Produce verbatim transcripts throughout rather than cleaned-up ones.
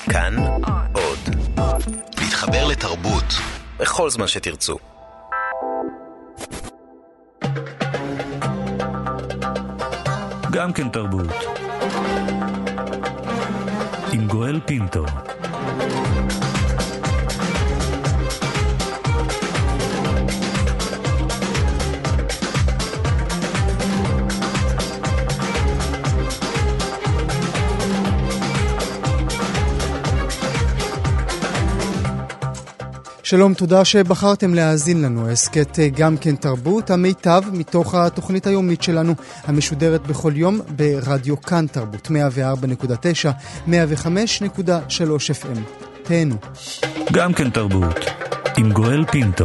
כאן עוד. להתחבר לתרבות בכל זמן שתרצו. גם כן תרבות. עם גואל פינטו. שלום, תודה שבחרתם להאזין לנו. הסקט גם כן תרבות, המיטב מתוך התוכנית היומית שלנו, המשודרת בכל יום ברדיו כאן תרבות, מאה וארבע נקודה תשע, מאה וחמש נקודה שלוש אף אם. תהנו. גם כן תרבות, עם גואל פינטו.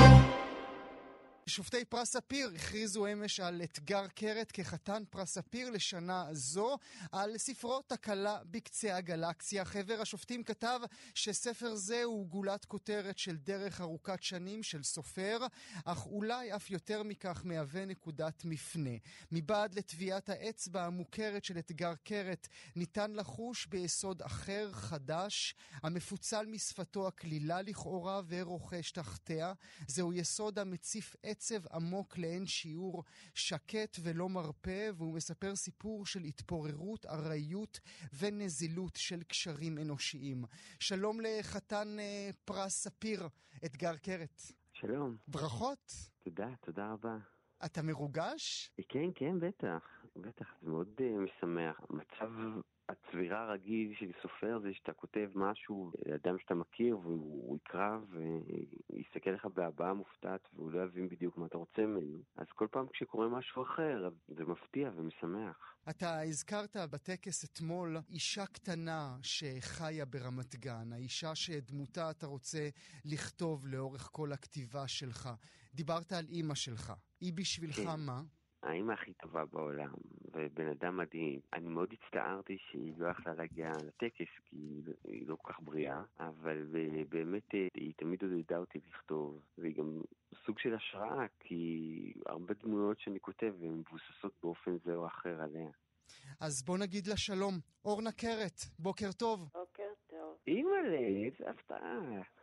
שופטי פרס ספיר הכריזו אמש על אתגר קרת כחתן פרס ספיר לשנה זו, על ספרו תקלה בקצה הגלקסיה. חבר השופטים כתב שספר זה הוא גולת כותרת של דרך ארוכת שנים של סופר, אך אולי אף יותר מכך מהווה נקודת מפנה. מבעד לטביעת האצבע המוכרת של אתגר קרת ניתן לחוש ביסוד אחר חדש, המפוצל משפתו הכלילה לכאורה ורוכש תחתיה. זהו יסוד המציף עצב עמוק לאין שיעור, שקט ולא מרפא, והוא מספר סיפור של התפוררות, ארעיות ונזילות של קשרים אנושיים. שלום לחתן uh, פרס ספיר, אתגר קרת. שלום. ברכות. תודה, תודה רבה. אתה מרוגש? כן, כן, בטח. בטח, זה מאוד uh, משמח. המצב הצבירה הרגיל של סופר זה שאתה כותב משהו לאדם שאתה מכיר והוא יקרא ויסתכל לך בהבעה מופתעת והוא לא יבין בדיוק מה אתה רוצה ממנו. אז כל פעם כשקורה משהו אחר זה מפתיע ומשמח. אתה הזכרת בטקס אתמול אישה קטנה שחיה ברמת גן, האישה שדמותה אתה רוצה לכתוב לאורך כל הכתיבה שלך. דיברת על אמא שלך. היא בשבילך כן. מה? האמא הכי טובה בעולם, ובן אדם מדהים. אני מאוד הצטערתי שהיא לא יכלה להגיע לטקס, כי היא לא כל כך בריאה, אבל באמת היא תמיד עודדה אותי לכתוב, והיא גם סוג של השראה, כי הרבה דמויות שאני כותב הן מבוססות באופן זה או אחר עליה. אז בוא נגיד לה שלום. אורנה קרת, בוקר טוב. בוקר טוב. אימא'לה, איזה הפתעה.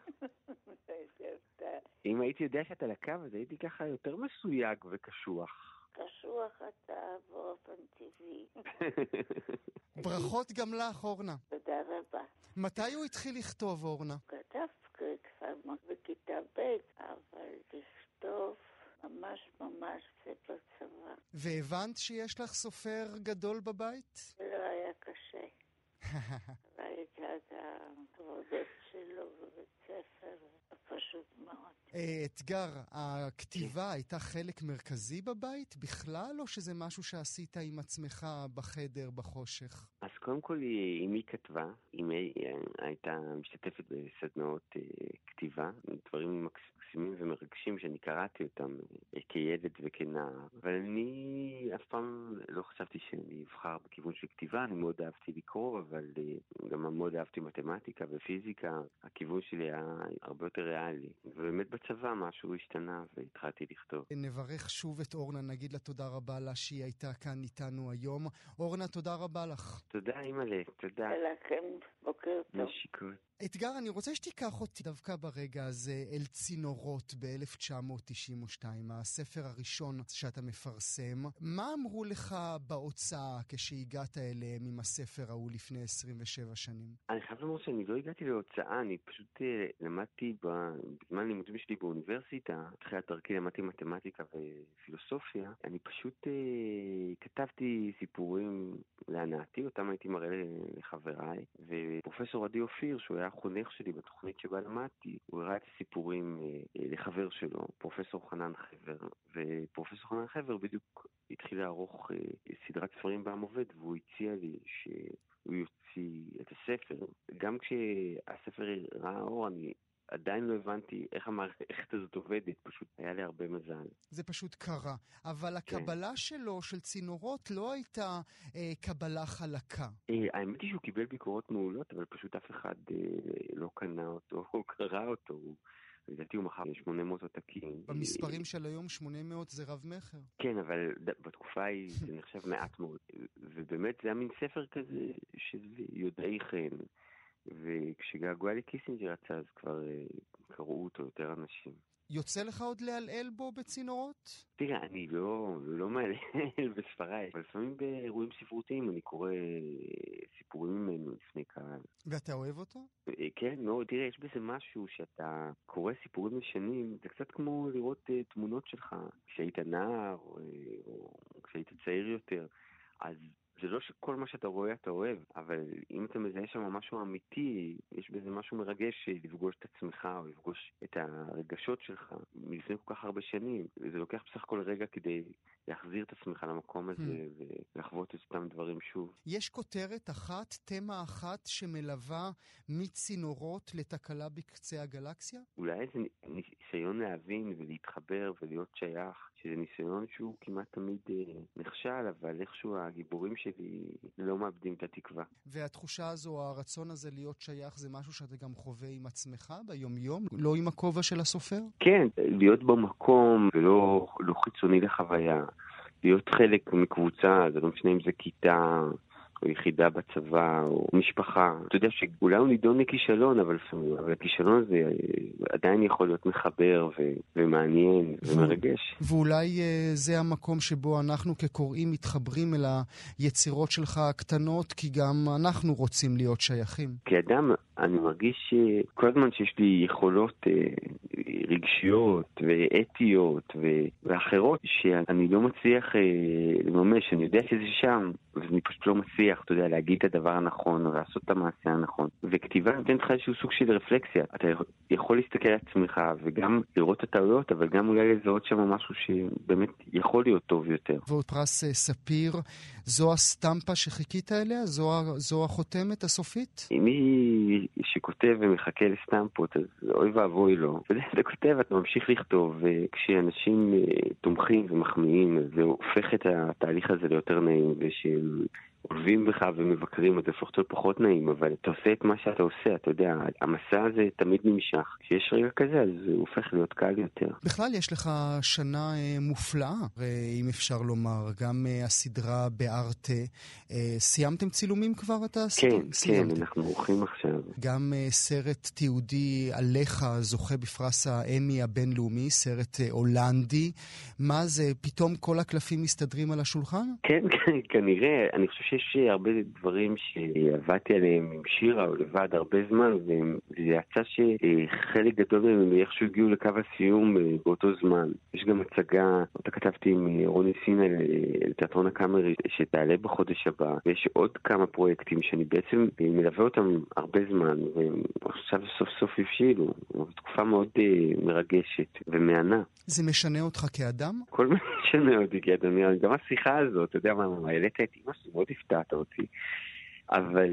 אם הייתי יודע שאת על הקו, אז הייתי ככה יותר מסויג וקשוח. קשוח אתה באופן טבעי. ברכות גם לך, אורנה. תודה רבה. מתי הוא התחיל לכתוב, אורנה? כתב כבר בכיתה ב', אבל לכתוב ממש ממש זה בצבא. והבנת שיש לך סופר גדול בבית? זה לא היה קשה. ראיתי את העבודות שלו בבית ספר, פשוט מאוד. אתגר, הכתיבה הייתה חלק מרכזי בבית בכלל, או שזה משהו שעשית עם עצמך בחדר, בחושך? אז קודם כל, אמי כתבה, אמי הייתה משתתפת בסדנאות כתיבה, דברים מקסימים ומרגשים שאני קראתי אותם כילד וכנער, אבל אני אף פעם לא חשבתי שאני אבחר בכיוון של כתיבה. אני מאוד אהבתי לקרוא, אבל גם מאוד אהבתי מתמטיקה ופיזיקה. הכיוון שלי היה הרבה יותר ריאלי, ובאמת בצבא משהו השתנה והתחלתי לכתוב. נברך שוב את אורנה, נגיד לה תודה רבה לה שהיא הייתה כאן איתנו היום. אורנה, תודה רבה לך. תודה אימא'לה, תודה. ולכם בוקר טוב. נשיקות. אתגר, אני רוצה שתיקח אותי דווקא ברגע הזה אל צינורות ב-אלף תשע מאות תשעים ושתיים, הספר הראשון שאתה מפרסם. מה אמרו לך בהוצאה כשהגעת אליהם עם הספר ההוא לפני עשרים ושבע שנים? אני חייב לומר שאני לא הגעתי להוצאה, אני פשוט למדתי בזמן לימודים שלי באוניברסיטה, אחרי התרקי למדתי מתמטיקה ופילוסופיה, אני פשוט כתבתי סיפורים להנאתי, אותם הייתי מראה לחבריי, ופרופסור עדי אופיר, שהוא היה החונך שלי בתוכנית שבה למדתי, הוא הראה את הסיפורים לחבר שלו, פרופסור חנן חבר, ופרופסור חנן חבר בדיוק התחיל לערוך סדרת ספרים בעם עובד, והוא הציע לי שהוא יוציא את הספר. גם כשהספר ראה אור, אני עדיין לא הבנתי איך המערכת הזאת עובדת, פשוט היה לי הרבה מזל. זה פשוט קרה, אבל הקבלה כן. שלו, של צינורות, לא הייתה אה, קבלה חלקה. אה, האמת היא שהוא קיבל ביקורות מעולות, אבל פשוט אף אחד אה, לא קנה אותו, או קרא אותו. לדעתי הוא מחר שמונה מאות עותקים. במספרים של היום שמונה מאות זה רב מחר. כן, אבל בתקופה היא זה נחשב מעט מאוד. ובאמת זה היה מין ספר כזה שזה יודעי חן. וכשגעגועלי קיסינג'ר יצא, אז כבר קראו אותו יותר אנשים. יוצא לך עוד להלעל בו בצינורות? תראה, אני לא, לא מעלעל בספריי, אבל לפעמים באירועים ספרותיים אני קורא סיפורים ממנו לפני קהל. ואתה אוהב אותו? כן, מאוד. תראה, יש בזה משהו שאתה קורא סיפורים ישנים, זה קצת כמו לראות uh, תמונות שלך כשהיית נער או, או כשהיית צעיר יותר, אז זה לא שכל מה שאתה רואה אתה אוהב, אבל אם אתה מזהה שם משהו אמיתי, יש בזה משהו מרגש לפגוש את עצמך או לפגוש את הרגשות שלך מלפני כל כך הרבה שנים. זה לוקח בסך הכל רגע כדי להחזיר את עצמך למקום הזה ולחוות את אותם דברים שוב. יש כותרת אחת, תמה אחת שמלווה מצינורות לתקלה בקצה הגלקסיה? אולי איזה ניסיון להבין ולהתחבר ולהיות שייך, שזה ניסיון שהוא כמעט תמיד נכשל, אבל איכשהו הגיבורים שלי לא מאבדים את התקווה. והתחושה הזו, הרצון הזה להיות שייך, זה משהו שאתה גם חווה עם עצמך ביום-יום? לא עם הכובע של הסופר? כן, להיות במקום ולא לא חיצוני לחוויה. להיות חלק מקבוצה, זה לא משנה אם זה כיתה או יחידה בצבא או משפחה. אתה יודע שאולי הוא נידון לכישלון, אבל, אבל הכישלון הזה עדיין יכול להיות מחבר ו, ומעניין ו... ומרגש. ואולי זה המקום שבו אנחנו כקוראים מתחברים אל היצירות שלך הקטנות, כי גם אנחנו רוצים להיות שייכים. כאדם אני מרגיש שכל הזמן שיש לי יכולות רגשיות ואתיות ואחרות שאני לא מצליח לממש, אני יודע שזה שם, ואני פשוט לא מצליח, אתה יודע, להגיד את הדבר הנכון או לעשות את המעשה הנכון. וכתיבה נותנת לך איזשהו סוג של רפלקסיה. אתה יכול להסתכל על עצמך וגם לראות את הטעויות, אבל גם אולי לזהות שם משהו שבאמת יכול להיות טוב יותר. ועוד פרס ספיר, זו הסטמפה שחיכית אליה? זו, זו החותמת הסופית? מי שכותב ומחכה לסטמפות, אז אוי ואבוי לו. אתה יודע, אתה כותב, אתה ממשיך לכתוב, וכשאנשים תומכים ומחמיאים, זה הופך את התהליך הזה ליותר נעים, ושהם עולבים בך ומבקרים, אז זה הופך להיות פחות נעים, אבל אתה עושה את מה שאתה עושה, אתה יודע, המסע הזה תמיד נמשך. כשיש רגע כזה, אז זה הופך להיות קל יותר. בכלל יש לך שנה מופלאה, אם אפשר לומר, גם הסדרה בארטה. סיימתם צילומים כבר את הסדרה? כן, כן, אנחנו עורכים עכשיו. גם סרט תיעודי עליך זוכה בפרס האמי הבינלאומי, סרט הולנדי. מה זה, פתאום כל הקלפים מסתדרים על השולחן? כן, כן, כנראה. אני חושב שיש הרבה דברים שעבדתי עליהם עם שירה או לבד הרבה זמן, וזה יצא שחלק גדול מהם איכשהו הגיעו לקו הסיום באותו זמן. יש גם הצגה, אותה כתבתי עם רוני סינה לתיאטרון הקאמרי שתעלה בחודש הבא, ויש עוד כמה פרויקטים שאני בעצם מלווה אותם הרבה זמן, ועכשיו סוף סוף הבשילו. זו תקופה מאוד מרגשת ומענה. זה משנה אותך כאדם? כל מה משנה אותי כאדם. גם השיחה הזאת, אתה יודע מה, העלית את אמא שלי, מאוד הפתעת אותי. אבל,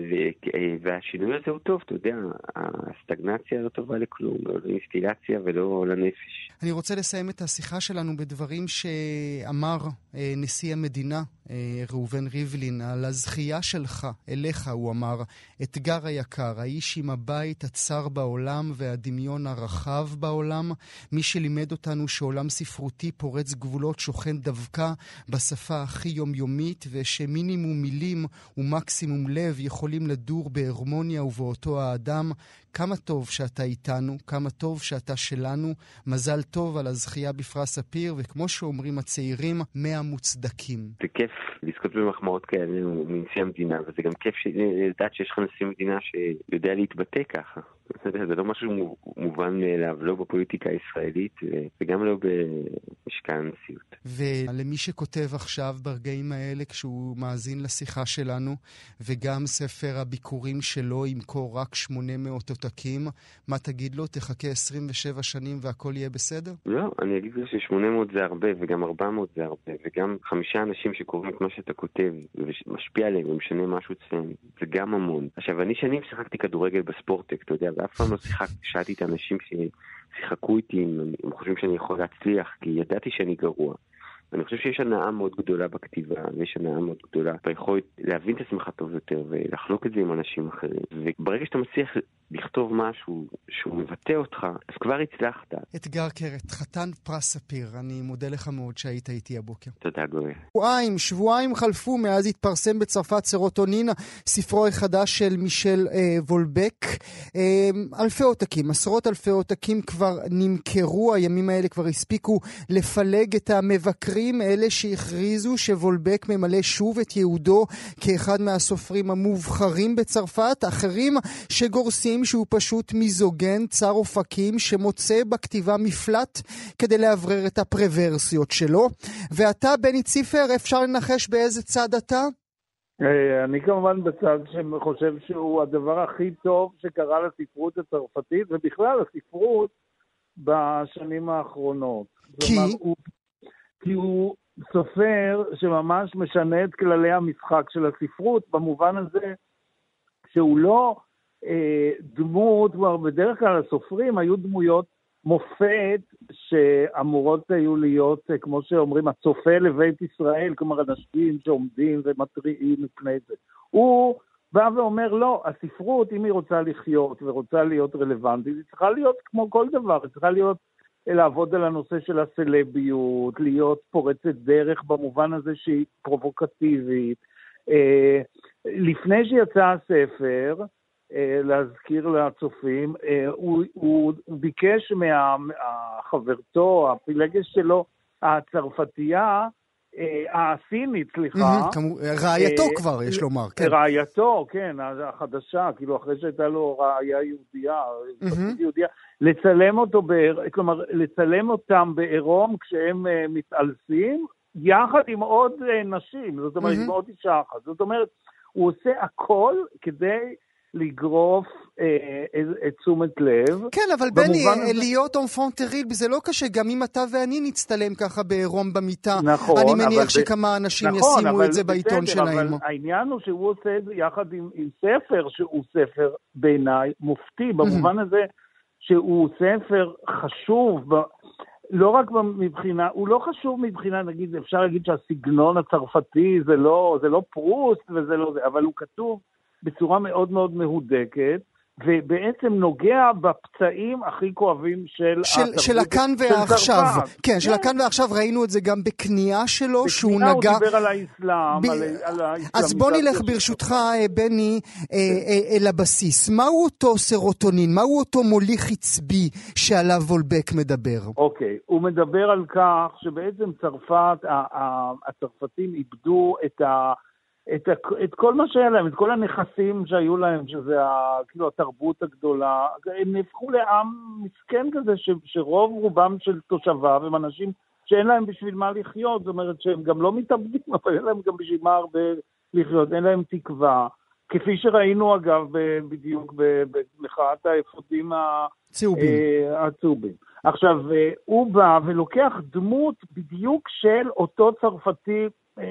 והשינוי הזה הוא טוב, אתה יודע, הסטגנציה לא טובה לכלום, לא לאינסטילציה ולא לנפש. אני רוצה לסיים את השיחה שלנו בדברים שאמר נשיא המדינה, ראובן ריבלין, על הזכייה שלך, אליך, הוא אמר, אתגר היקר, האיש עם הבית הצר בעולם והדמיון הרחב בעולם, מי שלימד אותנו שעולם ספרותי פורץ גבולות שוכן דווקא בשפה הכי יומיומית, ושמינימום מילים ומקסימום לב יכולים לדור בהרמוניה ובאותו האדם. כמה טוב שאתה איתנו, כמה טוב שאתה שלנו, מזל טוב על הזכייה בפרס ספיר, וכמו שאומרים הצעירים, מאה מוצדקים. זה כיף לזכות במחמאות כאלה מנשיא המדינה, וזה גם כיף לדעת שיש לך נשיא מדינה שיודע להתבטא ככה. זה לא משהו מובן מאליו, לא בפוליטיקה הישראלית וגם לא במשכן הנשיאות. ולמי שכותב עכשיו ברגעים האלה כשהוא מאזין לשיחה שלנו, וגם ספר הביקורים שלו ימכור רק שמונה מאות עותקים, מה תגיד לו? תחכה עשרים ושבע שנים והכל יהיה בסדר? לא, אני אגיד לו ש-שמונה מאות זה הרבה וגם ארבע מאות זה הרבה, וגם חמישה אנשים שקוראים את מה שאתה כותב ומשפיע עליהם ומשנה משהו אצלם, זה גם המון. עכשיו, אני שנים שיחקתי כדורגל בספורטק, אתה יודע, ואף פעם לא שיחקתי, שאלתי את האנשים ששיחקו איתי, הם חושבים שאני יכול להצליח, כי ידעתי שאני גרוע. אני חושב שיש הנאה מאוד גדולה בכתיבה, ויש הנאה מאוד גדולה ביכולת להבין את עצמך טוב יותר, ולחלוק את זה עם אנשים אחרים. וברגע שאתה מצליח לכתוב משהו שהוא מבטא אותך, אז כבר הצלחת. אתגר קרת, חתן פרס ספיר, אני מודה לך מאוד שהיית איתי הבוקר. תודה גואל. שבועיים, שבועיים חלפו מאז התפרסם בצרפת סרוטונין, ספרו החדש של מישל אה, וולבק. אה, אלפי עותקים, עשרות אלפי עותקים כבר נמכרו, הימים האלה כבר הספיקו לפלג את המבקרים, אלה שהכריזו שוולבק ממלא שוב את יהודו כאחד מהסופרים המובחרים בצרפת, אחרים שגורסים שהוא פשוט מיזוגן צר אופקים שמוצא בכתיבה מפלט כדי להברר את הפרוורסיות שלו. ואתה, בני ציפר, אפשר לנחש באיזה צד אתה? אני כמובן בצד שחושב שהוא הדבר הכי טוב שקרה לספרות הצרפתית, ובכלל הספרות בשנים האחרונות. כי? הוא, כי הוא סופר שממש משנה את כללי המשחק של הספרות, במובן הזה שהוא לא אה, דמות, בדרך כלל הסופרים היו דמויות מופת שאמורות היו להיות, כמו שאומרים, הצופה לבית ישראל, כלומר אנשים שעומדים ומטריעים מפני זה. הוא בא ואומר, לא, הספרות, אם היא רוצה לחיות ורוצה להיות רלוונטית, היא צריכה להיות כמו כל דבר, היא צריכה להיות לעבוד על הנושא של הסלביות, להיות פורצת דרך במובן הזה שהיא פרובוקטיבית. אה, לפני שיצא הספר, להזכיר לצופים, הוא, הוא, הוא ביקש מהחברתו, הפילגש שלו, הצרפתייה, הסינית, סליחה. רעייתו כבר, יש לומר. רעייתו, כן, החדשה, כאילו אחרי שהייתה לו רעיה יהודיה, יהודיה, לצלם אותו, כלומר, לצלם אותם בעירום כשהם מתעלסים, יחד עם עוד נשים, זאת אומרת, עם עוד אישה אחת. זאת אומרת, הוא עושה הכל כדי לגרוף את תשומת לב. כן, אבל בני, להיות אונפון טריל, זה לא קשה, גם אם אתה ואני נצטלם ככה בעירום במיטה, אני מניח שכמה אנשים ישימו את זה בעיתון שלהם. אבל העניין הוא שהוא עושה את זה יחד עם ספר, שהוא ספר בעיניי מופתי, במובן הזה שהוא ספר חשוב, לא רק מבחינה, הוא לא חשוב מבחינה, נגיד, אפשר להגיד שהסגנון הצרפתי זה לא, זה לא פרוסט וזה לא זה, אבל הוא כתוב בצורה מאוד מאוד מהודקת, ובעצם נוגע בפצעים הכי כואבים של, של, של הכאן ועכשיו. כן, של הכאן ועכשיו, ראינו את זה גם בקנייה שלו, שהוא נגע... בקנייה הוא דיבר על האסלאם, ב... על, על האסלאם. אז בוא נלך ברשותך, בני, אל הבסיס. מהו אותו סרוטונין? מהו אותו מוליך עצבי שעליו וולבק מדבר? אוקיי, הוא מדבר על כך שבעצם צרפת, הצרפתים איבדו את ה... את, את כל מה שהיה להם, את כל הנכסים שהיו להם, שזה כאילו התרבות הגדולה, הם נהפכו לעם מסכן כזה, ש, שרוב רובם של תושביו הם אנשים שאין להם בשביל מה לחיות, זאת אומרת שהם גם לא מתאבדים, אבל אין להם גם בשביל מה הרבה לחיות, אין להם תקווה, כפי שראינו אגב בדיוק במחאת האפודים הצהובים. עכשיו, הוא בא ולוקח דמות בדיוק של אותו צרפתי,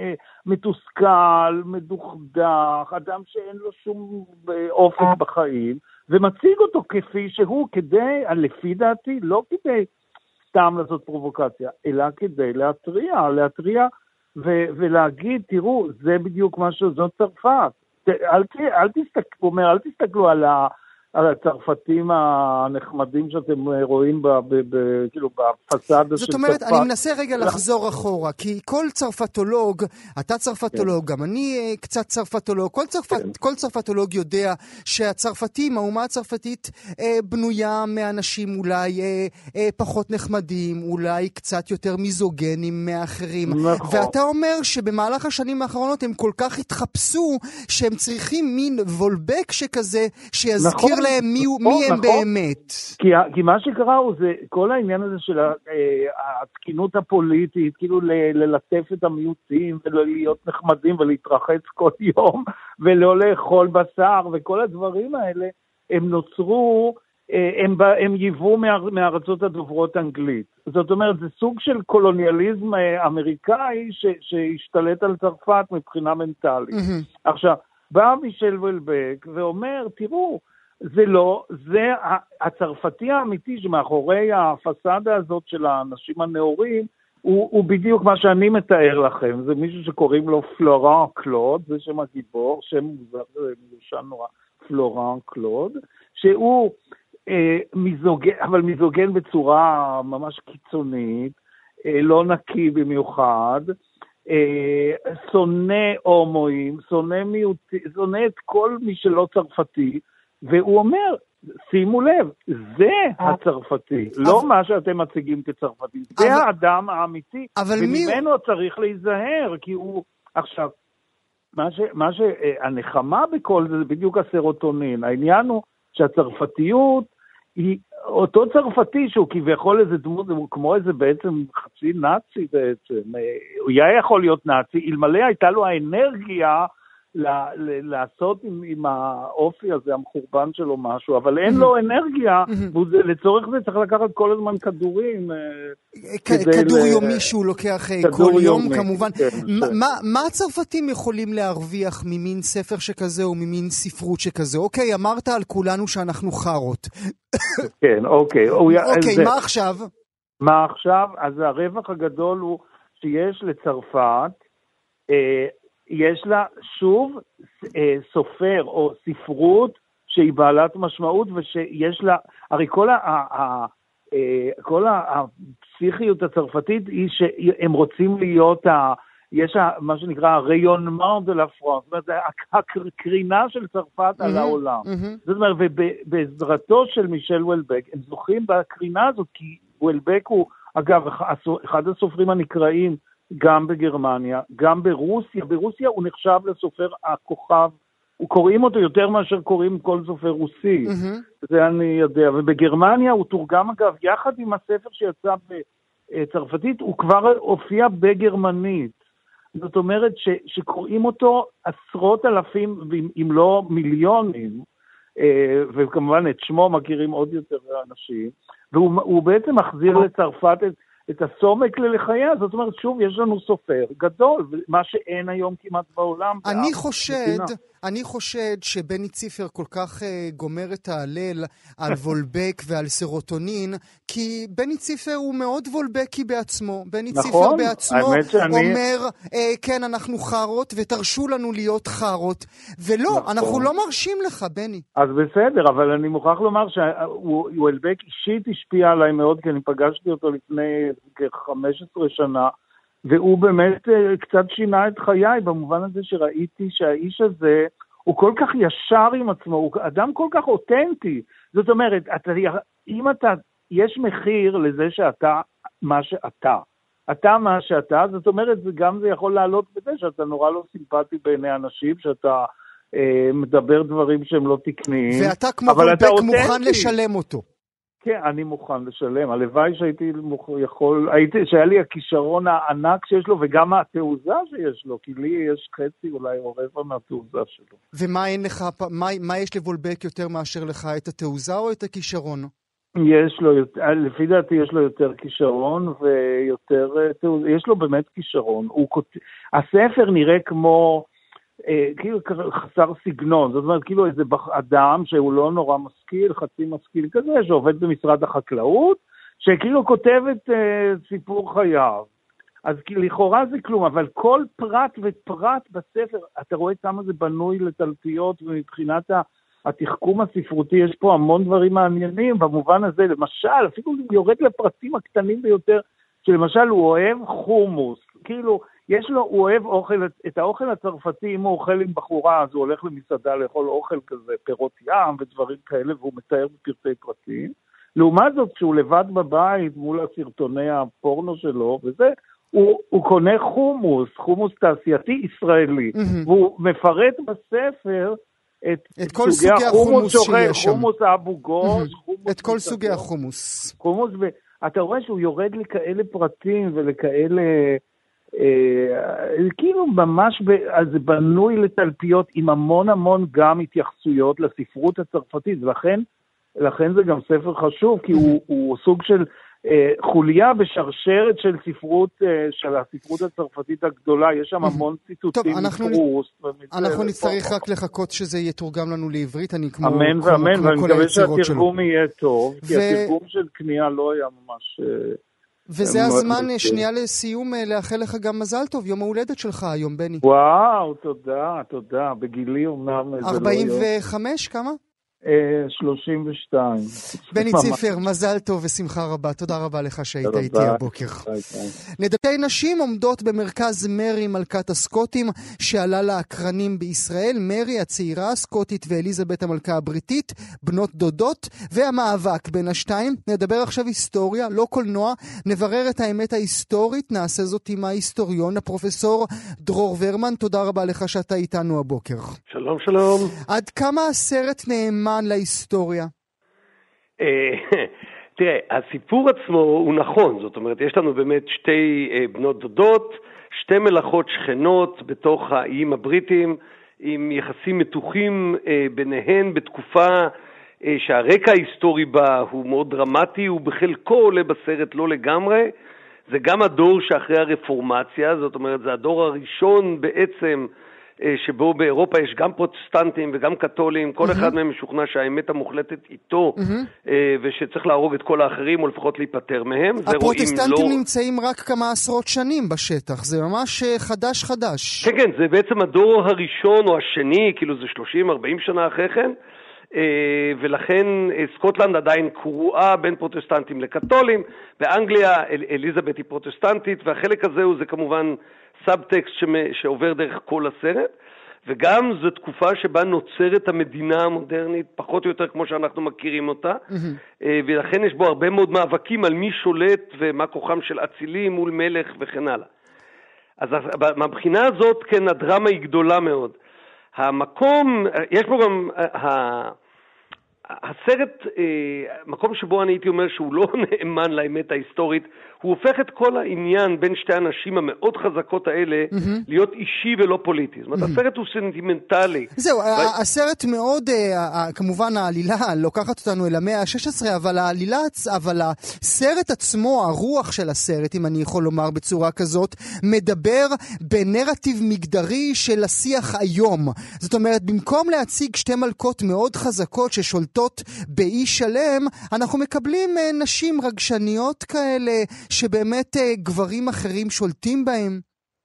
מתוסכל, מדוכדך, אדם שאין לו שום אופק בחיים, ומציג אותו כפי שהוא, כדי, לפי דעתי, לא כדי סתם לעשות פרובוקציה, אלא כדי להטריע, להטריע ו- ולהגיד, תראו, זה בדיוק מה שזאת צרפת. אל, אל, תסתכל, אומר, אל תסתכלו על ה... על הצרפתים הנחמדים שאתם רואים ב, ב, ב, כאילו בפסאדה של צרפת. זאת אומרת, אני מנסה רגע לחזור אחורה, כי כל צרפתולוג, אתה צרפתולוג, גם אני קצת צרפתולוג, כל, צרפת, כל צרפתולוג יודע שהצרפתים, האומה הצרפתית בנויה מאנשים אולי פחות נחמדים, אולי קצת יותר מיזוגנים מאחרים. נכון. ואתה אומר שבמהלך השנים האחרונות הם כל כך התחפשו שהם צריכים מין וולבק שכזה שיזכיר נכון. להם מי, נכון, מי הם נכון. באמת. כי, כי מה שקרה הוא זה, כל העניין הזה של התקינות הפוליטית, כאילו ללטף את המיעוטים, ולהיות נחמדים ולהתרחץ כל יום, ולא לאכול בשר, וכל הדברים האלה, הם נוצרו, הם, הם ייבאו מארצות הדוברות אנגלית. זאת אומרת, זה סוג של קולוניאליזם אמריקאי, ש, שהשתלט על צרפת מבחינה מנטלית. Mm-hmm. עכשיו, בא מישל וולבק ואומר, תראו, זה לא, זה הצרפתי האמיתי שמאחורי הפסאדה הזאת של האנשים הנאורים, הוא, הוא בדיוק מה שאני מתאר לכם, זה מישהו שקוראים לו פלורן קלוד, זה שם הגיבור, שם מוזר, זה מיושן נורא, פלורן קלוד, שהוא אה, מיזוגן, אבל מיזוגן בצורה ממש קיצונית, אה, לא נקי במיוחד, אה, שונא הומואים, שונא מיעוטים, שונא את כל מי שלא צרפתי, והוא אומר, שימו לב, זה הצרפתי, לא מה שאתם מציגים כצרפתי, זה האדם האמיתי, וממנו צריך להיזהר, כי הוא, עכשיו, מה שהנחמה בכל זה, זה בדיוק הסרוטונין, העניין הוא שהצרפתיות היא אותו צרפתי שהוא כביכול איזה דמות, הוא כמו איזה בעצם חצי נאצי בעצם, הוא היה יכול להיות נאצי, אלמלא הייתה לו האנרגיה, לעשות עם, עם האופי הזה, המחורבן שלו משהו, אבל אין לו אנרגיה, ולצורך זה צריך לקחת כל הזמן כדורים. כדור יומי שהוא לוקח כל יום, כמובן. מה הצרפתים יכולים להרוויח ממין ספר שכזה, או ממין ספרות שכזה? אוקיי, אמרת על כולנו שאנחנו חרות. כן, אוקיי. אוקיי, מה עכשיו? מה עכשיו? אז הרווח הגדול הוא שיש לצרפת, יש לה שוב אה, סופר או ספרות שהיא בעלת משמעות ושיש לה, הרי כל, ה, ה, ה, אה, כל הפסיכיות הצרפתית היא שהם רוצים להיות, ה, יש ה, מה שנקרא הריונמנט de la France, זאת אומרת, הקרינה של צרפת mm-hmm, על העולם. Mm-hmm. זאת אומרת, ובעזרתו של מישל וולבק, הם זוכים בקרינה הזאת, כי וולבק הוא, אגב, אחד הסופרים הנקראים, גם בגרמניה, גם ברוסיה. ברוסיה הוא נחשב לסופר הכוכב, הוא קוראים אותו יותר מאשר קוראים כל סופר רוסי, mm-hmm. זה אני יודע, ובגרמניה הוא תורגם אגב, יחד עם הספר שיצא בצרפתית, הוא כבר הופיע בגרמנית, זאת אומרת ש, שקוראים אותו עשרות אלפים, אם לא מיליונים, וכמובן את שמו מכירים עוד יותר אנשים, והוא בעצם מחזיר לצרפת את את הסומק ללחיה, זאת אומרת, שוב, יש לנו סופר גדול, מה שאין היום כמעט בעולם. אני חושד, אני חושד שבני ציפר כל כך uh, גומר את ההלל על וולבק ועל סרוטונין, כי בני ציפר הוא מאוד וולבקי בעצמו. בני נכון, ציפר בעצמו שאני... אומר, uh, כן, אנחנו חרות, ותרשו לנו להיות חרות. ולא, נכון. אנחנו לא מרשים לך, בני. אז בסדר, אבל אני מוכרח לומר שוולבק אישית השפיע עליי מאוד, כי אני פגשתי אותו לפני כ-חמש עשרה שנה, והוא באמת קצת שינה את חיי, במובן הזה שראיתי שהאיש הזה, הוא כל כך ישר עם עצמו, הוא אדם כל כך אותנטי. זאת אומרת, אתה, אם אתה, יש מחיר לזה שאתה מה שאתה. אתה מה שאתה, זאת אומרת, גם זה יכול לעלות בזה שאתה נורא לא סימפטי בעיני אנשים, שאתה אה, מדבר דברים שהם לא תקניים. ואתה כמו וולבק מוכן לשלם אותו. כן, אני מוכן לשלם. הלוואי שהייתי יכול, הייתי, שהיה לי הכישרון הענק שיש לו, וגם התעוזה שיש לו, כי לי יש חצי אולי או רבע מהתעוזה שלו. ומה אין לך, מה, מה יש לבולבק יותר מאשר לך, את התעוזה או את הכישרון? יש לו, לפי דעתי יש לו יותר כישרון, ויותר תעוזה, יש לו באמת כישרון. הוא, הספר נראה כמו, כאילו חסר סגנון, זאת אומרת כאילו איזה אדם שהוא לא נורא משכיל, חצי משכיל כזה, שעובד במשרד החקלאות, שכאילו כותב את uh, סיפור חייו. אז לכאורה זה כלום, אבל כל פרט ופרט בספר, אתה רואה כמה זה בנוי לתלפיות, ומבחינת התחכום הספרותי יש פה המון דברים מעניינים, במובן הזה למשל, אפילו יורד לפרטים הקטנים ביותר, שלמשל הוא אוהב חומוס, כאילו, יש לו, הוא אוהב אוכל, את האוכל הצרפתי, אם הוא אוכל עם בחורה, אז הוא הולך למסעדה לאכול אוכל כזה, פירות ים ודברים כאלה, והוא מתאר בפרטי פרטים. לעומת זאת, כשהוא לבד בבית מול הסרטוני הפורנו שלו, וזה, הוא, הוא קונה חומוס, חומוס תעשייתי ישראלי, mm-hmm. והוא מפרט בספר את, את כל סוגי החומוס שיש שם. חומוס אבו גוש, mm-hmm. חומוס... את כל סוגי החומוס. חומוס, ואתה רואה שהוא יורד לכאלה פרטים ולכאלה... כאילו ממש זה בנוי לתלפיות עם המון המון גם התייחסויות לספרות הצרפתית, ולכן לכן זה גם ספר חשוב, כי הוא, הוא סוג של חוליה בשרשרת של ספרות, של הספרות הצרפתית הגדולה, יש שם המון ציטוטים מפרוסט. אנחנו נצטרך רק לחכות שזה יתורגם לנו לעברית, אני כמו אמן ואמן, ואני מקווה שהתרגום יהיה טוב, כי התרגום של קנייה לא היה ממש... וזה הזמן, שנייה לסיום, לאחל לך גם מזל טוב, יום ההולדת שלך היום, בני. וואו, תודה, תודה. בגילי אומנם... ארבעים וחמש, כמה? שלושים ושתיים. בני ציפר, מזל טוב ושמחה רבה. תודה רבה לך שהיית איתי הבוקר. נדפי נשים עומדות במרכז מרי מלכת הסקוטים שעלה לאקרנים בישראל. מרי הצעירה הסקוטית ואליזבת המלכה הבריטית, בנות דודות, והמאבק בין השתיים. נדבר עכשיו היסטוריה, לא קולנוע. נברר את האמת ההיסטורית. נעשה זאת עם ההיסטוריון, הפרופסור דרור ורמן. תודה רבה לך שאתה איתנו הבוקר. שלום, שלום. עד כמה הסרט נאמן להיסטוריה? תראה, הסיפור עצמו הוא נכון, זאת אומרת, יש לנו באמת שתי בנות דודות, שתי מלכות שכנות בתוך האיים הבריטים, עם יחסים מתוחים ביניהן בתקופה שהרקע ההיסטורי בה הוא מאוד דרמטי, הוא בחלקו עולה בסרט לא לגמרי, זה גם הדור שאחרי הרפורמציה, זאת אומרת, זה הדור הראשון בעצם שבו באירופה יש גם פרוטסטנטים וגם קתולים, כל אחד מהם משוכנע שהאמת המוחלטת איתו, ושצריך להרוג את כל האחרים או לפחות להיפטר מהם. הפרוטסטנטים נמצאים רק כמה עשרות שנים בשטח, זה ממש חדש חדש. כן, כן, זה בעצם הדור הראשון או השני, כאילו זה שלושים ארבעים שנה אחרי כן, ולכן סקוטלנד עדיין קרועה בין פרוטסטנטים לקתולים, באנגליה אליזבת היא פרוטסטנטית, והחלק הזה הוא זה כמובן סאבטקסט שעובר דרך כל הסרט, וגם זו תקופה שבה נוצרת המדינה המודרנית, פחות או יותר כמו שאנחנו מכירים אותה, ולכן יש בו הרבה מאוד מאבקים על מי שולט ומה כוחם של אצילים מול מלך וכן הלאה. אז מהבחינה הזאת, כן, הדרמה היא גדולה מאוד. המקום, יש בו גם, הסרט, מקום שבו אני הייתי אומר שהוא לא נאמן לאמת ההיסטורית, הוא הופך את כל העניין בין שתי הנשים המאוד חזקות האלה להיות אישי ולא פוליטי. זאת אומרת, הסרט הוא סנטימנטלי. זהו, הסרט מאוד, כמובן העלילה לוקחת אותנו אל המאה ה-שש עשרה, אבל העלילה, אבל הסרט עצמו, הרוח של הסרט, אם אני יכול לומר בצורה כזאת, מדבר בנרטיב מגדרי של השיח היום. זאת אומרת, במקום להציג שתי מלכות מאוד חזקות ששולטות באי שלם, אנחנו מקבלים נשים רגשניות כאלה, שבאמת גברים אחרים שולטים בהם?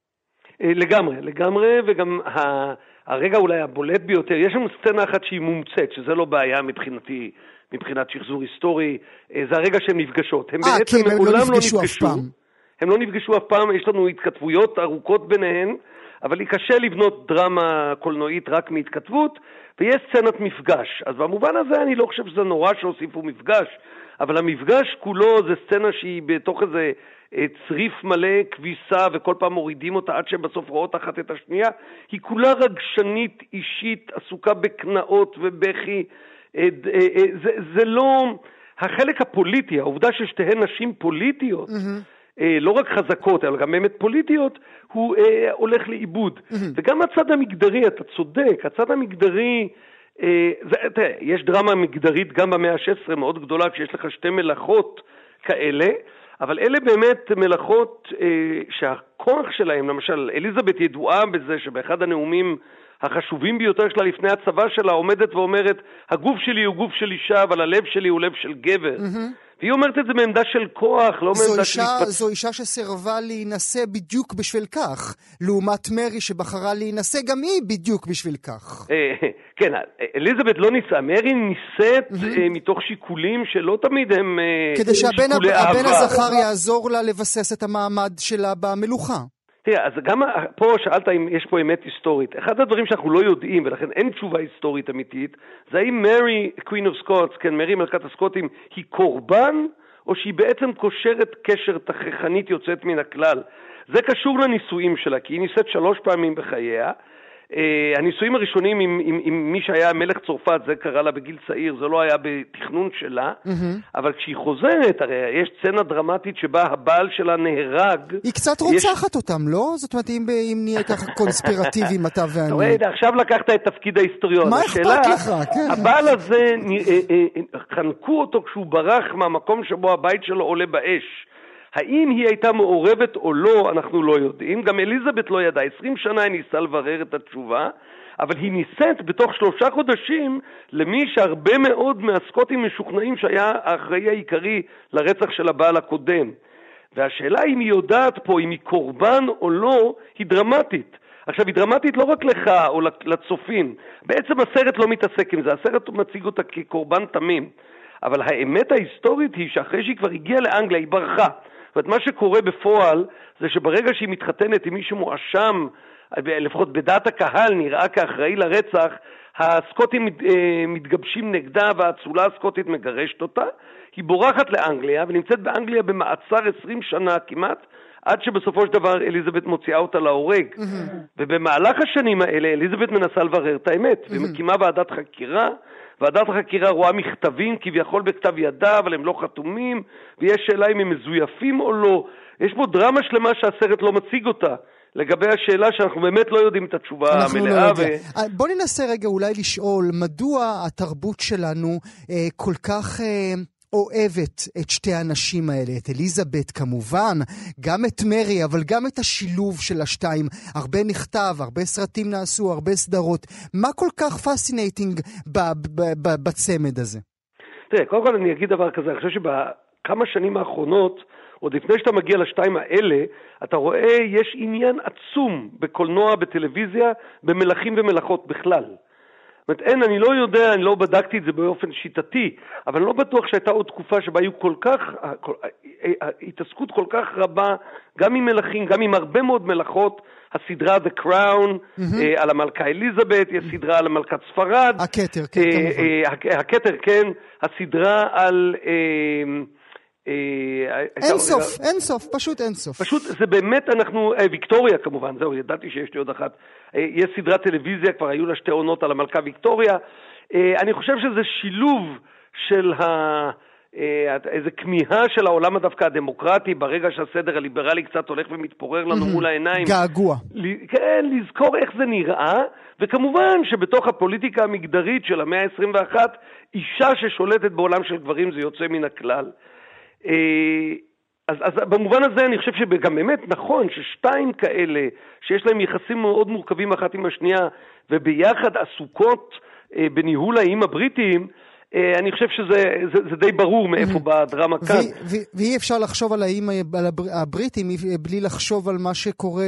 לגמרי, לגמרי, וגם הרגע אולי הבולט ביותר, יש שם סצנה אחת שהיא מומצאת, שזה לא בעיה מבחינתי, מבחינת שחזור היסטורי, זה הרגע שהן נפגשות. הם בעצם כן, מעולם לא נפגשו, לא נפגשו אף פעם. הם לא נפגשו אף פעם, יש לנו התכתבויות ארוכות ביניהן, אבל היא קשה לבנות דרמה קולנועית רק מהתכתבות, ויש סצנת מפגש. אז במובן הזה אני לא חושב שזה נורא שהוסיפו מפגש, אבל המפגש כולו זה סצנה שהיא בתוך איזה צריף מלא כביסה, וכל פעם מורידים אותה עד שבסוף רואות אחת את השנייה. היא כולה רגשנית, אישית, עסוקה בקנאות ובכי. זה, זה לא החלק הפוליטי, העובדה ששתיהן נשים פוליטיות, mm-hmm. לא רק חזקות, אלא גם באמת פוליטיות, הוא הולך לאיבוד. Mm-hmm. וגם הצד המגדרי, אתה צודק, הצד המגדרי, זה, תראה, יש דרמה מגדרית גם במאה ה-שש עשרה מאוד גדולה, כשיש לך שתי מלכות כאלה, אבל אלה באמת מלכות אה, שהכוח שלהם, למשל, אליזבת ידועה בזה שבאחד הנאומים החשובים ביותר שלה לפני הצבא שלה עומדת ואומרת, הגוף שלי הוא גוף של אישה, אבל הלב שלי הוא לב של גבר. Mm-hmm. והיא אומרת את זה מעמדה של כוח, לא מעמדה של... אישה, זו אישה שסרבה להינשא בדיוק בשביל כך, לעומת מרי שבחרה להינשא גם היא בדיוק בשביל כך. כן, אליזבת לא נישאה, מרי נישאת מתוך שיקולים שלא תמיד הם כדי שהבן הזכר יעזור לה לבסס את המעמד שלה במלוכה. תראה, אז גם פה שאלת אם יש פה אמת היסטורית. אחד הדברים שאנחנו לא יודעים, ולכן אין תשובה היסטורית אמיתית, זה האם מרי, Queen of Scots, כן, מרי מלכת הסקוטים, היא קורבן, או שהיא בעצם קושרת קשר תככנית יוצאת מן הכלל. זה קשור לנישואים שלה, כי היא נישאת שלוש פעמים בחייה. הנישואים הראשונים עם, עם, עם מי שהיה מלך צרפת, זה קרה לה בגיל צעיר, זה לא היה בתכנון שלה, mm-hmm. אבל כשהיא חוזרת, הרי יש סצנה דרמטית שבה הבעל שלה נהרג. היא קצת רוצחת יש... אותם, לא? זאת אומרת, אם, אם נהיה ככה קונספירטיביים, אתה ואני. אתה רואה, עכשיו לקחת את תפקיד ההיסטוריון. מה אכפת לך? כן. הבעל הזה, חנקו אותו כשהוא ברח מהמקום שבו הבית שלו עולה באש. האם היא הייתה מעורבת או לא, אנחנו לא יודעים. גם אליזבת לא ידעה. עשרים שנה היא ניסה לברר את התשובה, אבל היא ניסית בתוך שלושה חודשים למי שהרבה מאוד מהסקוטים משוכנעים שהיה האחראי העיקרי לרצח של הבעל הקודם. והשאלה אם היא יודעת פה, אם היא קורבן או לא, היא דרמטית. עכשיו, היא דרמטית לא רק לך או לצופים. בעצם הסרט לא מתעסק עם זה, הסרט מציג אותה כקורבן תמים. אבל האמת ההיסטורית היא שאחרי שהיא כבר הגיעה לאנגליה, היא ברחה. זאת אומרת, מה שקורה בפועל זה שברגע שהיא מתחתנת עם מישהו מואשם, לפחות בדעת הקהל נראה כאחראי לרצח, הסקוטים מתגבשים נגדה והאצולה הסקוטית מגרשת אותה. היא בורחת לאנגליה ונמצאת באנגליה במעצר עשרים שנה כמעט, עד שבסופו של דבר אליזבת מוציאה אותה להורג. Mm-hmm. ובמהלך השנים האלה אליזבת מנסה לברר את האמת, mm-hmm. ומקימה ועדת חקירה. ועדת החקירה רואה מכתבים כביכול בכתב ידה, אבל הם לא חתומים, ויש שאלה אם הם מזויפים או לא. יש פה דרמה שלמה שהסרט לא מציג אותה, לגבי השאלה שאנחנו באמת לא יודעים את התשובה המלאה. לא ו... בוא ננסה רגע אולי לשאול, מדוע התרבות שלנו אה, כל כך... אה... אוהבת את שתי האנשים האלה, את אליזבת כמובן, גם את מרי, אבל גם את השילוב של השתיים. הרבה נכתב, הרבה סרטים נעשו, הרבה סדרות. מה כל כך פאסינטינג בצמד הזה? תראה, קודם כל אני אגיד דבר כזה, אני חושב שבכמה שנים האחרונות, עוד לפני שאתה מגיע לשתיים האלה, אתה רואה יש עניין עצום בקולנוע, בטלוויזיה, במלכים ומלכות בכלל. זאת אומרת, אין, אני לא יודע, אני לא בדקתי את זה באופן שיטתי, אבל לא בטוח שהייתה עוד תקופה שבה היו כל כך, התעסקות כל כך רבה, גם עם מלכים, גם עם הרבה מאוד מלכות, הסדרה The Crown, mm-hmm. אה, על המלכה אליזבת, יש סדרה על המלכת ספרד. הכתר, כן, אה, כמובן. אה, הכתר, כן, הסדרה על... אה, אין סוף, אין סוף, פשוט אין סוף. פשוט זה באמת אנחנו, ויקטוריה כמובן, זהו, ידעתי שיש לי עוד אחת. יש סדרת טלוויזיה, כבר היו לה שתי עונות על המלכה ויקטוריה. אני חושב שזה שילוב של איזה כמיהה של העולם הדווקא הדמוקרטי, ברגע שהסדר הליברלי קצת הולך ומתפורר לנו מול העיניים. געגוע. כן, לזכור איך זה נראה, וכמובן שבתוך הפוליטיקה המגדרית של המאה ה-עשרים ואחת, אישה ששולטת בעולם של גברים זה יוצא מן הכלל. אז, אז במובן הזה אני חושב שגם באמת נכון ששתיים כאלה שיש להם יחסים מאוד מורכבים אחת עם השנייה וביחד עסוקות אה, בניהול האיים הבריטיים, אה, אני חושב שזה זה, זה די ברור מאיפה בדרמה כאן. ואי אפשר לחשוב על האיים הבריטים בלי לחשוב על מה שקורה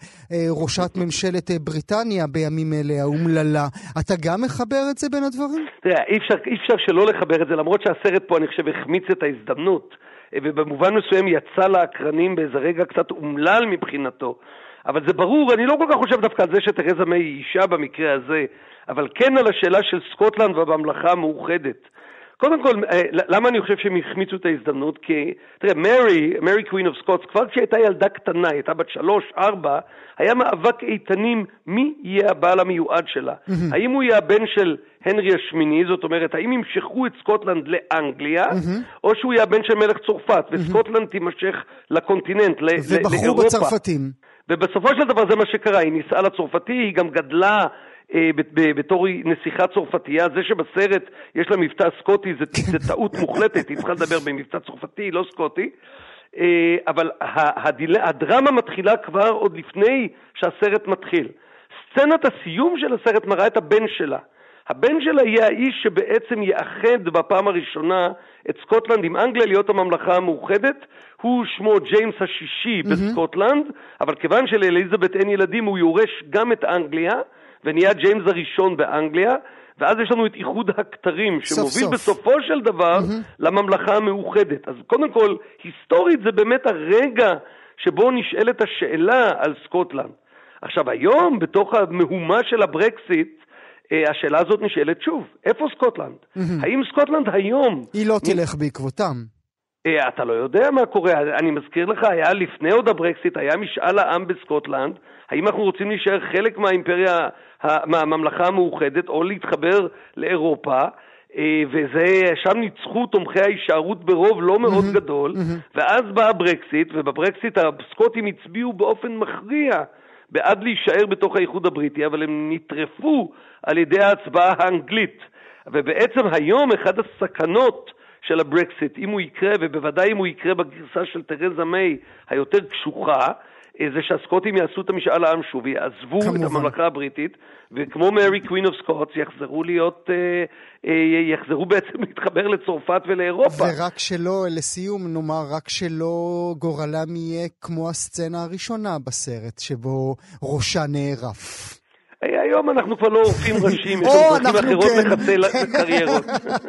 לראשת ממשלת בריטניה בימים אלה, האומללה. אתה גם מחבר את זה בין הדברים? תראה, אי אפשר, אי אפשר שלא לחבר את זה, למרות שהסרט פה אני חושב החמיץ את ההזדמנות. ובמובן מסוים יצא לאקרנים באיזה רגע קצת אומלל מבחינתו. אבל זה ברור, אני לא כל כך חושב דווקא על זה שתרזה מיי היא אישה במקרה הזה, אבל כן על השאלה של סקוטלנד והממלכה המאוחדת. קודם כל, למה אני חושב שהם החמיצו את ההזדמנות? כי, תראה, מרי, מרי קווין אוף סקוטס, כבר כשהייתה ילדה קטנה, הייתה בת שלוש, ארבע, היה מאבק איתנים מי יהיה הבעל המיועד שלה. Mm-hmm. האם הוא יהיה הבן של הנרי השמיני, זאת אומרת, האם ימשכו את סקוטלנד לאנגליה, mm-hmm. או שהוא יהיה הבן של מלך צרפת, mm-hmm. וסקוטלנד תימשך לקונטיננט, לאירופה. ובחרו בצרפתים. ובסופו של דבר זה מה שקרה, היא נישאה לצרפתי, היא גם גדלה אה, בתור נסיכה צרפתייה, זה שבסרט יש לה מבטא סקוטי, זה, זה טעות מוחלטת, היא צריכה לדבר במבטא צרפתי, לא סקוטי, אה, אבל הדיל... הדרמה מתחילה כבר עוד לפני שהסרט מתחיל. סצנת הסיום של הסרט מראה את הבן שלה. הבן שלה יהיה האיש שבעצם יאחד בפעם הראשונה את סקוטלנד עם אנגליה להיות הממלכה המאוחדת. הוא שמו ג'יימס השישי mm-hmm. בסקוטלנד, אבל כיוון שלאליזבת אין ילדים הוא יורש גם את אנגליה, ונהיה ג'יימס הראשון באנגליה, ואז יש לנו את איחוד הכתרים שמוביל סוף. בסופו של דבר mm-hmm. לממלכה המאוחדת. אז קודם כל, היסטורית זה באמת הרגע שבו נשאלת השאלה על סקוטלנד. עכשיו היום, בתוך המהומה של הברקסיט, השאלה הזאת נשאלת שוב, איפה סקוטלנד? Mm-hmm. האם סקוטלנד היום... היא לא תלך מ... בעקבותם. אתה לא יודע מה קורה, אני מזכיר לך, היה לפני עוד הברקסיט, היה משאל העם בסקוטלנד, האם אנחנו רוצים להישאר חלק מהאימפריה, מהממלכה המאוחדת, או להתחבר לאירופה, וזה, שם ניצחו תומכי ההישארות ברוב לא מאוד mm-hmm. גדול, mm-hmm. ואז בא הברקסיט, ובברקסיט הסקוטים הצביעו באופן מכריע, בעד להישאר בתוך האיחוד הבריטי, אבל הם נטרפו על ידי ההצבעה האנגלית. ובעצם היום אחד הסכנות של הברקסיט, אם הוא יקרה, ובוודאי אם הוא יקרה בגרסה של תרזה מיי היותר קשוחה, זה שהסקוטים יעשו את המשאל העם שוב, יעזבו את הממלכה הבריטית, וכמו מרי קווין אוף סקוטס יחזרו להיות, יחזרו בעצם להתחבר לצרפת ולאירופה. ורק שלא, לסיום נאמר, רק שלא גורלם יהיה כמו הסצנה הראשונה בסרט, שבו ראשה נערף. היום אנחנו כבר לא עורפים ראשים, יש לנו דרכים אחרות לחצי לקריירות.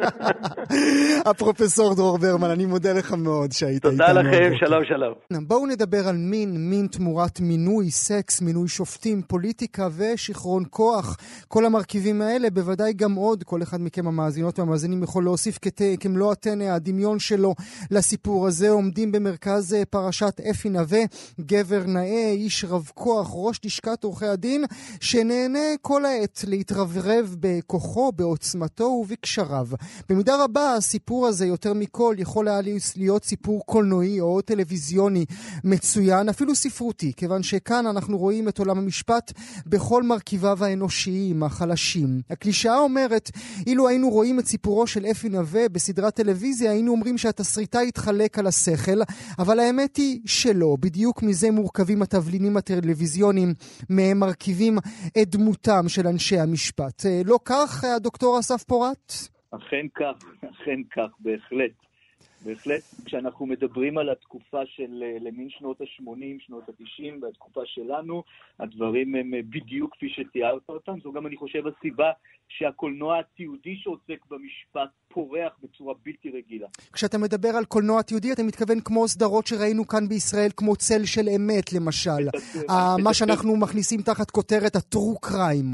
הפרופסור דרור ברמן, אני מודה לך מאוד שהיית איתנו. תודה לכם, שלום שלום. בואו נדבר על מין, מין תמורת מינוי, סקס, מינוי שופטים, פוליטיקה ושחרון כוח. כל המרכיבים האלה, בוודאי גם עוד, כל אחד מכם המאזינות והמאזינים יכול להוסיף כמלוא הטנא, הדמיון שלו לסיפור הזה, עומדים במרכז פרשת אפי נווה, גבר נאה, איש רב כוח, ראש לשכת עורכי הדין, שנהנה כל העת להתרברב בכוחו, בעוצמתו ובקשריו. במידה רבה הסיפור הזה יותר מכל יכול היה להיות סיפור קולנועי או טלוויזיוני מצוין, אפילו ספרותי, כיוון שכאן אנחנו רואים את עולם המשפט בכל מרכיביו האנושיים, החלשים. הקלישאה אומרת, אילו היינו רואים את סיפורו של אפי נווה בסדרת טלוויזיה, היינו אומרים שהתסריטאי יתחלק על השכל, אבל האמת היא שלא. בדיוק מזה מורכבים התבלינים הטלוויזיוניים, מהם מרכיבים את דמותם של אנשי המשפט. לא כך, הדוקטור אסף פורת? אכן כך, אכן כך, בהחלט. בהחלט, כשאנחנו מדברים על התקופה של למין שנות ה-שמונים, שנות ה-תשעים, והתקופה שלנו, הדברים הם בדיוק כפי שתיארת אותם. זו גם, אני חושב, הסיבה שהקולנוע התיעודי שעוסק במשפט פורח בצורה בלתי רגילה. כשאתה מדבר על קולנוע תיעודי, אתה מתכוון כמו סדרות שראינו כאן בישראל, כמו צל של אמת, למשל. מה שאנחנו מכניסים תחת כותרת ה-true crime.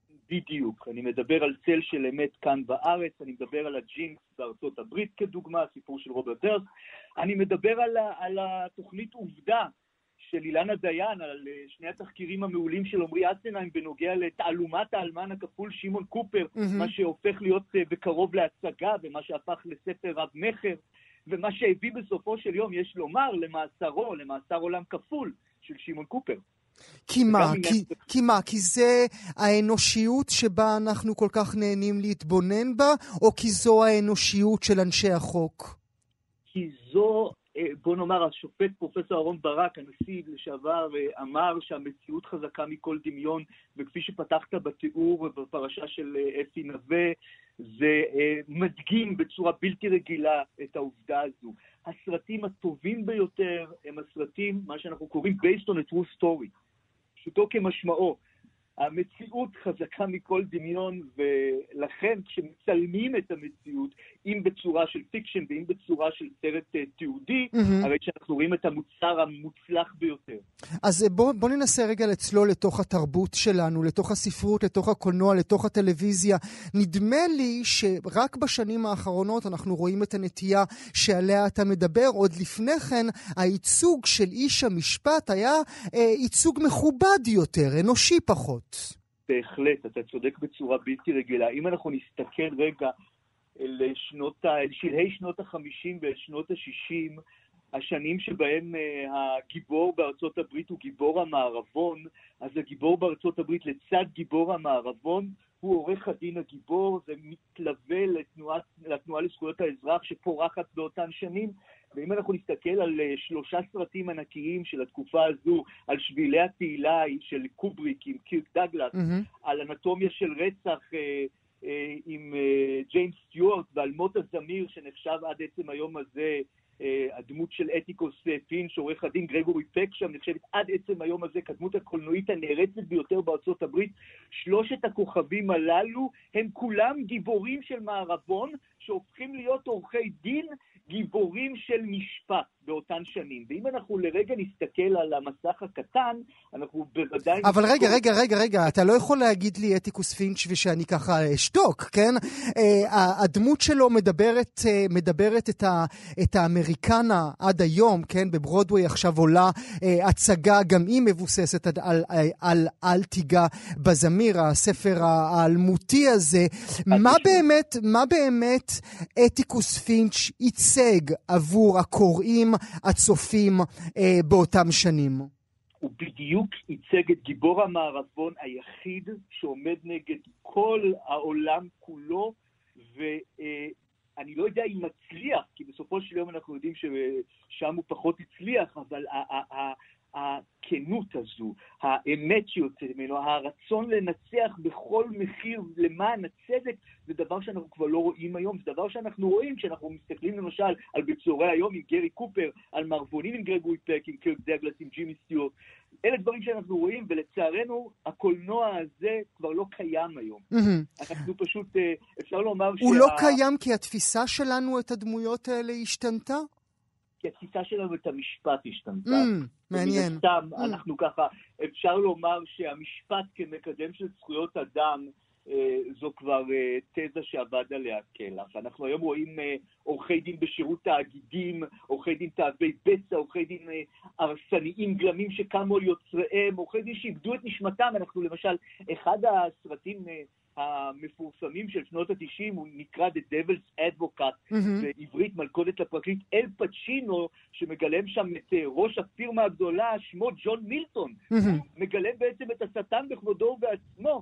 בדיוק. אני מדבר על צל של אמת כאן בארץ, אני מדבר על הג'ינקס בארצות הברית כדוגמה, הסיפור של רוברט הרס. אני מדבר על, ה- על התוכנית עובדה של אילנה דיין, על שני התחקירים המעולים של עמרי אסנהיים בנוגע לתעלומת האלמן הכפול שמעון קופר, mm-hmm. מה שהופך להיות בקרוב להצגה ומה שהפך לספר רב מחר, ומה שהביא בסופו של יום, יש לומר, למאסרו, למאסר עולם כפול של שמעון קופר. כי מה? כי, כי מה? כי זה האנושיות שבה אנחנו כל כך נהנים להתבונן בה, או כי זו האנושיות של אנשי החוק? כי זו, בוא נאמר, השופט פרופסור אהרון ברק, הנשיא לשעבר, אמר שהמציאות חזקה מכל דמיון, וכפי שפתחת בתיאור בפרשה של אפי נווה, זה מדגים בצורה בלתי רגילה את העובדה הזו. הסרטים הטובים ביותר הם הסרטים, מה שאנחנו קוראים based on a true story. פשוטו כמשמעו. המציאות חזקה מכל דמיון, ולכן כשמצלמים את המציאות, אם בצורה של פיקשן ואם בצורה של סרט תיעודי, mm-hmm. הרי שאנחנו רואים את המוצר המוצלח ביותר. אז בוא, בוא ננסה רגע לצלול לתוך התרבות שלנו, לתוך הספרות, לתוך הקולנוע, לתוך הטלוויזיה. נדמה לי שרק בשנים האחרונות אנחנו רואים את הנטייה שעליה אתה מדבר. עוד לפני כן, הייצוג של איש המשפט היה אה, ייצוג מכובד יותר, אנושי פחות. בהחלט, אתה צודק בצורה בלתי רגילה. אם אנחנו נסתכל רגע אל שנות, אל שלהי שנות החמישים ואל שנות השישים, השנים שבהם uh, הגיבור בארצות הברית הוא גיבור המערבון, אז הגיבור בארצות הברית לצד גיבור המערבון הוא עורך הדין הגיבור, זה מתלווה לתנועה, לתנועה לזכויות האזרח שפורחת באותן שנים. ואם אנחנו נסתכל על uh, שלושה סרטים ענקיים של התקופה הזו, על שבילי התהילה של קובריק עם קירק דגלס, mm-hmm. על אנטומיה של רצח uh, uh, עם uh, ג'יימס סטיוארט, ועל מות הזמיר שנחשב עד עצם היום הזה, uh, הדמות של אתיקוס uh, פינץ', עורך הדין גרגורי פק שם, נחשבת עד עצם היום הזה כדמות הקולנועית הנערצת ביותר בארצות הברית. שלושת הכוכבים הללו הם כולם גיבורים של מערבון, שהופכים להיות עורכי דין, גיבורים של משפט באותן שנים. ואם אנחנו לרגע נסתכל על המסך הקטן, אנחנו בוודאי... אבל נסתכל... רגע, רגע, רגע, רגע, אתה לא יכול להגיד לי אתיקוס פינץ' ושאני ככה אשתוק, כן? Uh, הדמות שלו מדברת, uh, מדברת את, ה, את האמריקנה עד היום, כן? בברודווי עכשיו עולה uh, הצגה, גם היא מבוססת על, על, על, על אל תיגע בזמיר, הספר האלמותי הזה. מה באמת, מה באמת אתיקוס פינץ' ייצג עבור הקוראים הצופים אה, באותם שנים? הוא בדיוק ייצג את גיבור המערבון היחיד שעומד נגד כל העולם כולו, ואני לא יודע אם מצליח, כי בסופו של יום אנחנו יודעים ששם הוא פחות הצליח, אבל הכנות הזו, האמת שיוצאת ממנו, הרצון לנצח בכל מחיר למען הצדק, זה דבר שאנחנו כבר לא רואים היום, זה דבר שאנחנו רואים כשאנחנו מסתכלים למשל על בצהרי היום עם גרי קופר, על מערבונים עם גרגורי פק, עם קירק דגלס, עם ג'ימי סטיוארט. אלה דברים שאנחנו רואים, ולצערנו הקולנוע הזה כבר לא קיים היום. אנחנו פשוט, אפשר לומר שה... הוא לא קיים כי התפיסה שלנו את הדמויות האלה השתנתה? כי התפיסה שלנו את המשפט השתנתה. מעניין. סתם, אנחנו ככה, אפשר לומר שהמשפט כמקדם של זכויות אדם, זו כבר תזה שעבד עליה כלח. אנחנו היום רואים עורכי דין בשירות תאגידים, עורכי דין תאבי בצע, עורכי דין הרסניים, גלמים שקמו על יוצריהם, עורכי דין שאיבדו את נשמתם. אנחנו למשל, אחד הסרטים המפורסמים של שנות ה-תשעים, הוא נקרא The Devil's Advocate, בעברית מלכודת לפרקליט, אל פצ'ינו, שמגלם שם את ראש הפירמה הגדולה, שמו ג'ון מילטון. הוא מגלם בעצם את השטן בכבודו ובעצמו.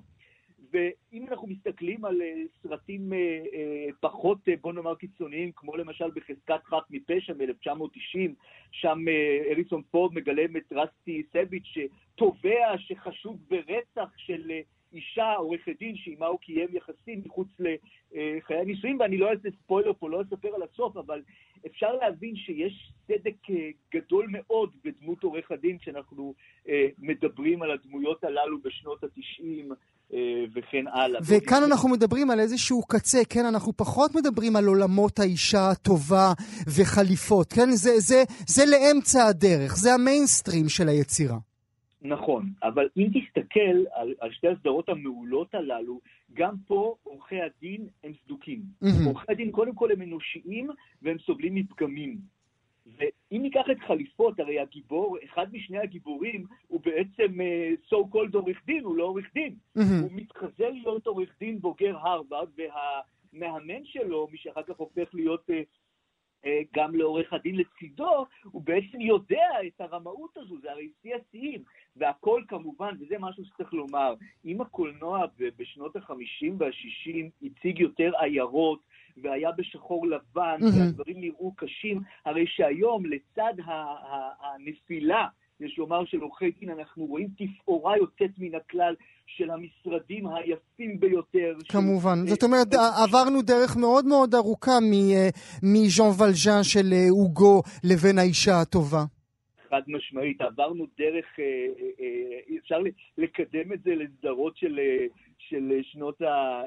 ואם אנחנו מסתכלים על סרטים פחות, בוא נאמר, קיצוניים, כמו למשל בחזקת חף מפשע מ-אלף תשע מאות תשעים, שם אריסון פורד מגלם את רסטי סביץ' שתובע שחשוד ברצח של אישה, עורכת דין, שעימה הוא קיים יחסים מחוץ לחיי הנישואים, ואני לא אעשה ספוילר פה, לא אספר על הסוף, אבל אפשר להבין שיש צדק גדול מאוד בדמות עורך הדין, כשאנחנו מדברים על הדמויות הללו בשנות ה-תשעים, וכן הלאה. וכאן אנחנו מדברים על איזשהו קצה, כן, אנחנו פחות מדברים על עולמות האישה הטובה וחליפות, כן, זה, זה, זה לאמצע הדרך, זה המיינסטרים של היצירה. נכון, אבל אם תסתכל על, על שתי הסדרות המעולות הללו, גם פה עורכי הדין הם סדוקים. Mm-hmm. עורכי הדין קודם כל הם אנושיים והם סובלים מפגמים. ואם ניקח את חליפות, הרי הגיבור, אחד משני הגיבורים, הוא בעצם uh, so called עורך דין, הוא לא עורך דין. Mm-hmm. הוא מתחזה להיות עורך דין בוגר הרווארד, והמאמן שלו, מי שאחר כך הופך להיות... Uh, גם לעורך הדין לצידו, הוא בעצם יודע את הרמאות הזו, זה הרי שיא השיאים, והכל כמובן, וזה משהו שצריך לומר, אם הקולנוע בשנות ה-חמישים וה-שישים הציג יותר עיירות, והיה בשחור לבן, mm-hmm. והדברים נראו קשים, הרי שהיום לצד הנפילה, יש לומר של עורכי דין, אנחנו רואים תפאורה יוצאת מן הכלל של המשרדים היפים ביותר. כמובן, זאת אומרת, עברנו דרך מאוד מאוד ארוכה מז'אן ולז'אן של אוגו לבין האישה הטובה. חד משמעית, עברנו דרך, אפשר לקדם את זה לסדרות של... של שנות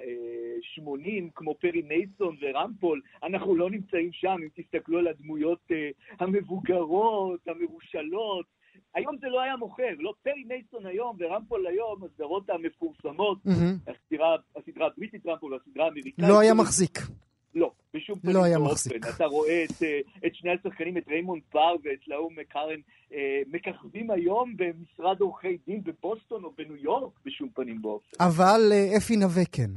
ה-שמונים, כמו פרי נייסון ורמפול, אנחנו לא נמצאים שם, אם תסתכלו על הדמויות המבוגרות, המרושלות, היום זה לא היה מוכר, לא פרי נייסון היום ורמפול היום, הסדרות המפורסמות, mm-hmm. הסדרה, הסדרה הבריטית רמפול, הסדרה האמריקאית. לא היה מחזיק. לא, בשום פנים לא היה מחזיק. אתה רואה את, את שני השחקנים, את ריימונד בר ואת לאו מקארן, מככבים היום במשרד עורכי דין בבוסטון או בניו יורק, בשום פנים באופן. אבל אפי נווה כן.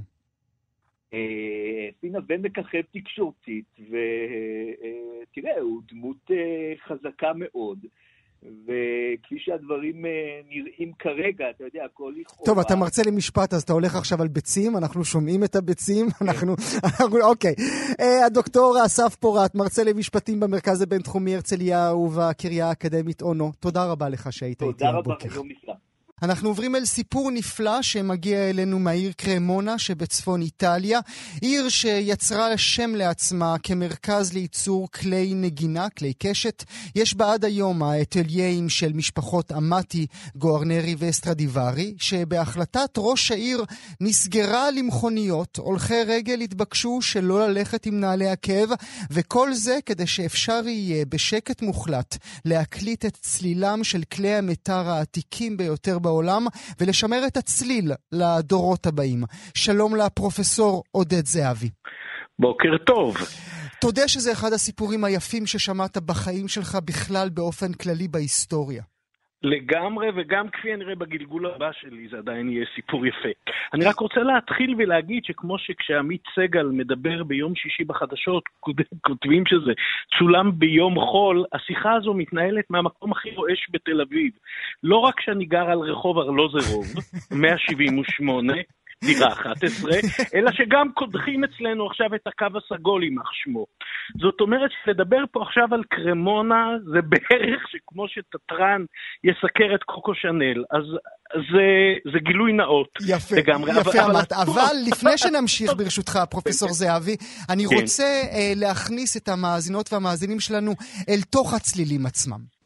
אפי נווה מככב תקשורתית, ותראה, הוא דמות חזקה מאוד. וכפי שהדברים נראים כרגע, אתה יודע, הכל לכאורה... טוב, אתה מרצה למשפט, אז אתה הולך עכשיו על ביצים, אנחנו שומעים את הביצים, אנחנו... אוקיי. הדוקטור אסף פורת, מרצה למשפטים במרכז הבינתחומי הרצליה ובקריה האקדמית אונו. תודה רבה לך שהיית איתי הבוקר. תודה רבה, יום נפלא. אנחנו עוברים אל סיפור נפלא שמגיע אלינו מהעיר קרמונה שבצפון איטליה, עיר שיצרה שם לעצמה כמרכז לייצור כלי נגינה, כלי קשת. יש בה עד היום האטלייאים של משפחות אמתי, גוארנרי ואסטרדיvari, שבהחלטת ראש העיר נסגרה למכוניות, הולכי רגל התבקשו שלא ללכת עם נעלי עקב, וכל זה כדי שאפשר יהיה בשקט מוחלט להקליט את צלילם של כלי המטר העתיקים ביותר בעולם, ולשמר את הצליל לדורות הבאים. שלום לפרופסור עודד זהבי. בוקר טוב. תודה שזה אחד הסיפורים היפים ששמעת בחיים שלך בכלל באופן כללי בהיסטוריה. לגמרי, וגם כפי הנראה בגלגול הבא שלי זה עדיין יהיה סיפור יפה. אני רק רוצה להתחיל ולהגיד שכמו שכשעמית סגל מדבר ביום שישי בחדשות, כותבים שזה צולם ביום חול, השיחה הזו מתנהלת מהמקום הכי רועש בתל אביב. לא רק שאני גר על רחוב ארלוזרוב, מאה שבעים ושמונה, דירה אחת עשרה, אלא שגם קודחים אצלנו עכשיו את הקו הסגול עם שמו. זאת אומרת שלדבר פה עכשיו על קרמונה זה בערך שכמו שטטרן יסקר את קוקו שנל, אז זה, זה גילוי נאות. יפה, לגמרי. יפה אבל, אמרת. אבל, אבל לפני שנמשיך ברשותך, פרופסור זהבי, אני כן. רוצה אה, להכניס את המאזינות והמאזינים שלנו אל תוך הצלילים עצמם.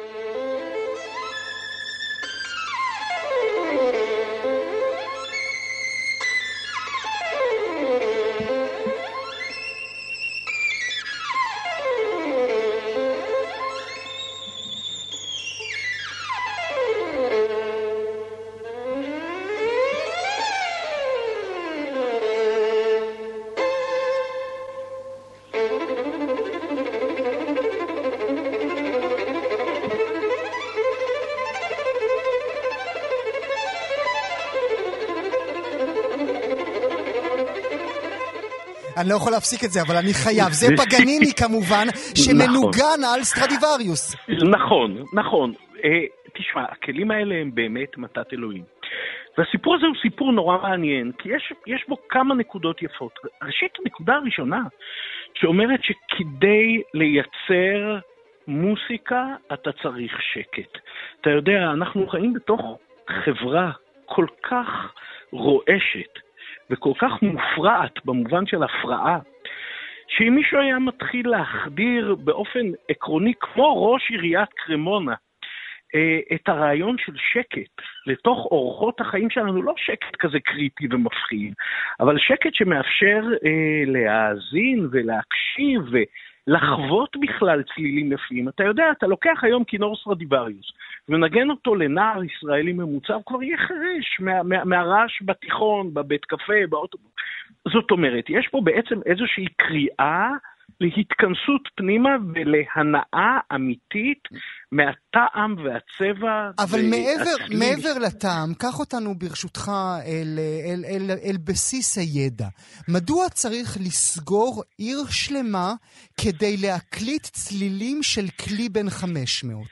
אני לא יכול להפסיק את זה, אבל אני חייב. זה פגניני כמובן, שמנוגן על סטרדיווריוס. נכון, נכון. תשמע, הכלים האלה הם באמת מתת אלוהים. והסיפור הזה הוא סיפור נורא מעניין, כי יש, יש בו כמה נקודות יפות. ראשית, הנקודה הראשונה, שאומרת שכדי לייצר מוסיקה, אתה צריך שקט. אתה יודע, אנחנו חיים בתוך חברה כל כך רועשת, וכל כך מופרעת במובן של הפרעה, שאם מישהו היה מתחיל להחדיר באופן עקרוני, כמו ראש עיריית קרמונה, את הרעיון של שקט לתוך אורחות החיים שלנו, לא שקט כזה קריטי ומפחיד, אבל שקט שמאפשר אה, להאזין ולהקשיב ולחוות בכלל צלילים יפים. אתה יודע, אתה לוקח היום כינור סטרדיווריוס ונגן אותו לנער ישראלי ממוצע, הוא כבר יהיה חרש מה, מה, מהרעש בתיכון, בבית קפה, באוטובוס. זאת אומרת, יש פה בעצם איזושהי קריאה להתכנסות פנימה ולהנאה אמיתית מהטעם והצבע. אבל מעבר, מעבר לטעם, קח אותנו ברשותך אל, אל, אל, אל בסיס הידע. מדוע צריך לסגור עיר שלמה כדי להקליט צלילים של כלי בן חמש מאות?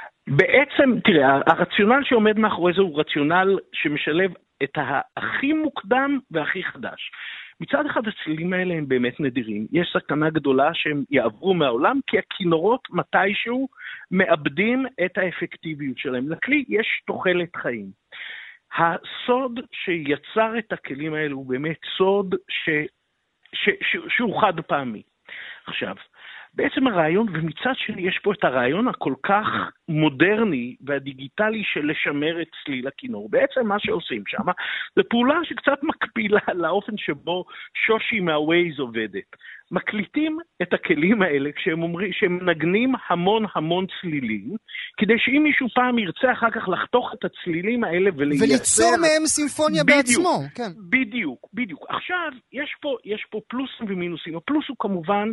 בעצם, תראה, הרציונל שעומד מאחורי זה הוא רציונל שמשלב את הכי מוקדם והכי חדש. מצד אחד הצלילים האלה הם באמת נדירים. יש סכנה גדולה שהם יעברו מהעולם, כי הכינורות מתישהו מאבדים את האפקטיביות שלהם. לכלי יש תוחלת חיים. הסוד שיצר את הכלים האלה הוא באמת סוד ש... ש... ש... שהוא חד פעמי. עכשיו, בעצם הרעיון, ומצד שני יש פה את הרעיון הכל כך מודרני והדיגיטלי של לשמר את צליל הכינור. בעצם מה שעושים שם, זה פעולה שקצת מקבילה לאופן שבו שושי מהווייז עובדת. מקליטים את הכלים האלה כשהם אומרים, שהם מנגנים המון המון צלילים, כדי שאם מישהו פעם ירצה אחר כך לחתוך את הצלילים האלה ולייצר... וליצור מהם סימפוניה בדיוק, בעצמו, כן. בדיוק, בדיוק. עכשיו, יש פה, יש פה פלוסים ומינוסים. הפלוס הוא כמובן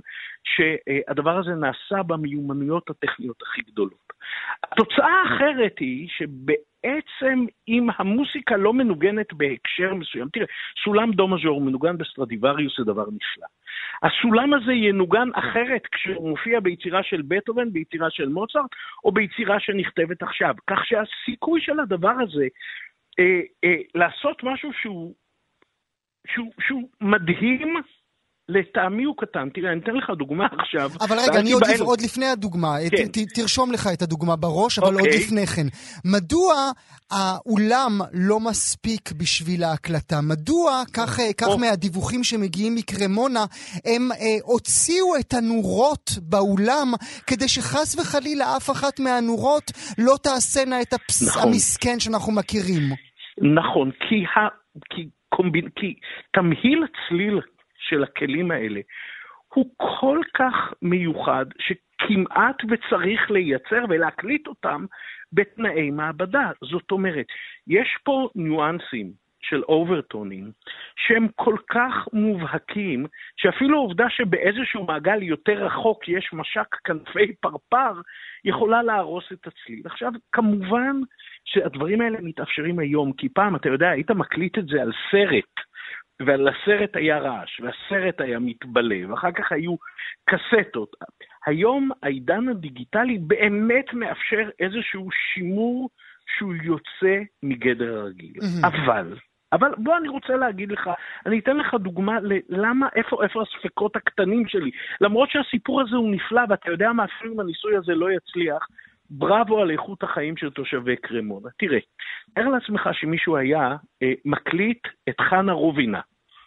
שהדבר הזה נעשה במיומנויות הטכניות הכי גדולות. התוצאה האחרת היא שבעצם אם המוסיקה לא מנוגנת בהקשר מסוים, תראה, סולם דו מז'ור מנוגן בסטרדיווריוס זה דבר נפלא. הסולם הזה ינוגן אחרת כשהוא מופיע ביצירה של בטהובן, ביצירה של מוצרט, או ביצירה שנכתבת עכשיו. כך שהסיכוי של הדבר הזה אה, אה, לעשות משהו שהוא, שהוא, שהוא מדהים, לטעמי הוא קטן. תראה, אני אתן לך דוגמה עכשיו. אבל רגע, אני עוד, עוד לפני הדוגמה, כן. ת, תרשום לך את הדוגמה בראש, אבל אוקיי. עוד לפני כן. מדוע האולם לא מספיק בשביל ההקלטה? מדוע, כך, כך מהדיווחים שמגיעים מקרמונה, הם אה, הוציאו את הנורות באולם, כדי שחס וחלילה אף אחת מהנורות לא תעשנה את הפס... נכון. המסכן שאנחנו מכירים. נכון, כי, ה... כי, קומבין... כי תמהיל הצליל של הכלים האלה הוא כל כך מיוחד שכמעט וצריך לייצר ולהקליט אותם בתנאי מעבדה. זאת אומרת, יש פה ניואנסים של אוברטונים שהם כל כך מובהקים שאפילו העובדה שבאיזשהו מעגל יותר רחוק יש משק כנפי פרפר יכולה להרוס את הצליל. עכשיו, כמובן שהדברים האלה מתאפשרים היום, כי פעם, אתה יודע, היית מקליט את זה על סרט, ועל הסרט היה רעש, והסרט היה מתבלה, ואחר כך היו קסטות. היום העידן הדיגיטלי באמת מאפשר איזשהו שימור שהוא יוצא מגדר הרגיל. Mm-hmm. אבל, אבל בוא אני רוצה להגיד לך, אני אתן לך דוגמה ללמה, איפה, איפה הספקות הקטנים שלי. למרות שהסיפור הזה הוא נפלא, ואתה יודע מה, אפילו אם הניסוי הזה לא יצליח, בראבו על איכות החיים של תושבי קרמונה. תראה, תאר לעצמך שמישהו היה אה, מקליט את חנה רובינה,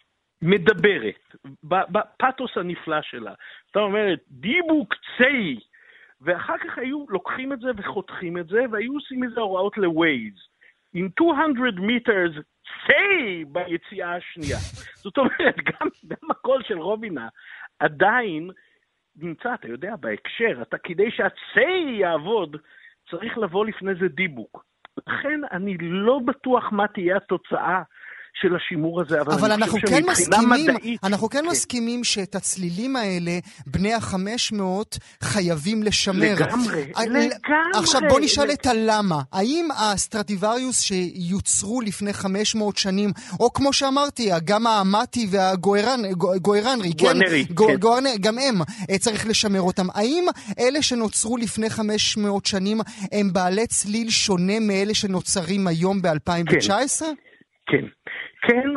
מדברת, בפאטוס הנפלא שלה. אתה אומרת, דיבוק צי, ואחר כך היו לוקחים את זה וחותכים את זה, והיו עושים איזה הוראות לווייז. In two hundred meters, say, ביציאה השנייה. זאת אומרת, גם, גם הקול של רובינה עדיין נמצא, אתה יודע, בהקשר, אתה כדי שהצי יעבוד, צריך לבוא לפני זה דיבוק. לכן אני לא בטוח מה תהיה התוצאה של השימור הזה, אבל, אבל אנחנו כן מסכימים, מדעית, אנחנו כן כן. מסכימים שאת הצלילים האלה, בני החמש מאות חייבים לשמר. לגמרי, לגמרי. עכשיו בוא נשאל לג... את הלמה. האם הסטרדיווריוס שיוצרו לפני חמש מאות שנים, או כמו שאמרתי, גם האמתי והגוירנרי, גואנרי, כן? גו, כן. גוארנרי, גם הם צריך לשמר אותם. האם אלה שנוצרו לפני חמש מאות שנים, הם בעלי צליל שונה מאלה שנוצרים היום ב-אלפיים תשע עשרה? כן. כן. כן,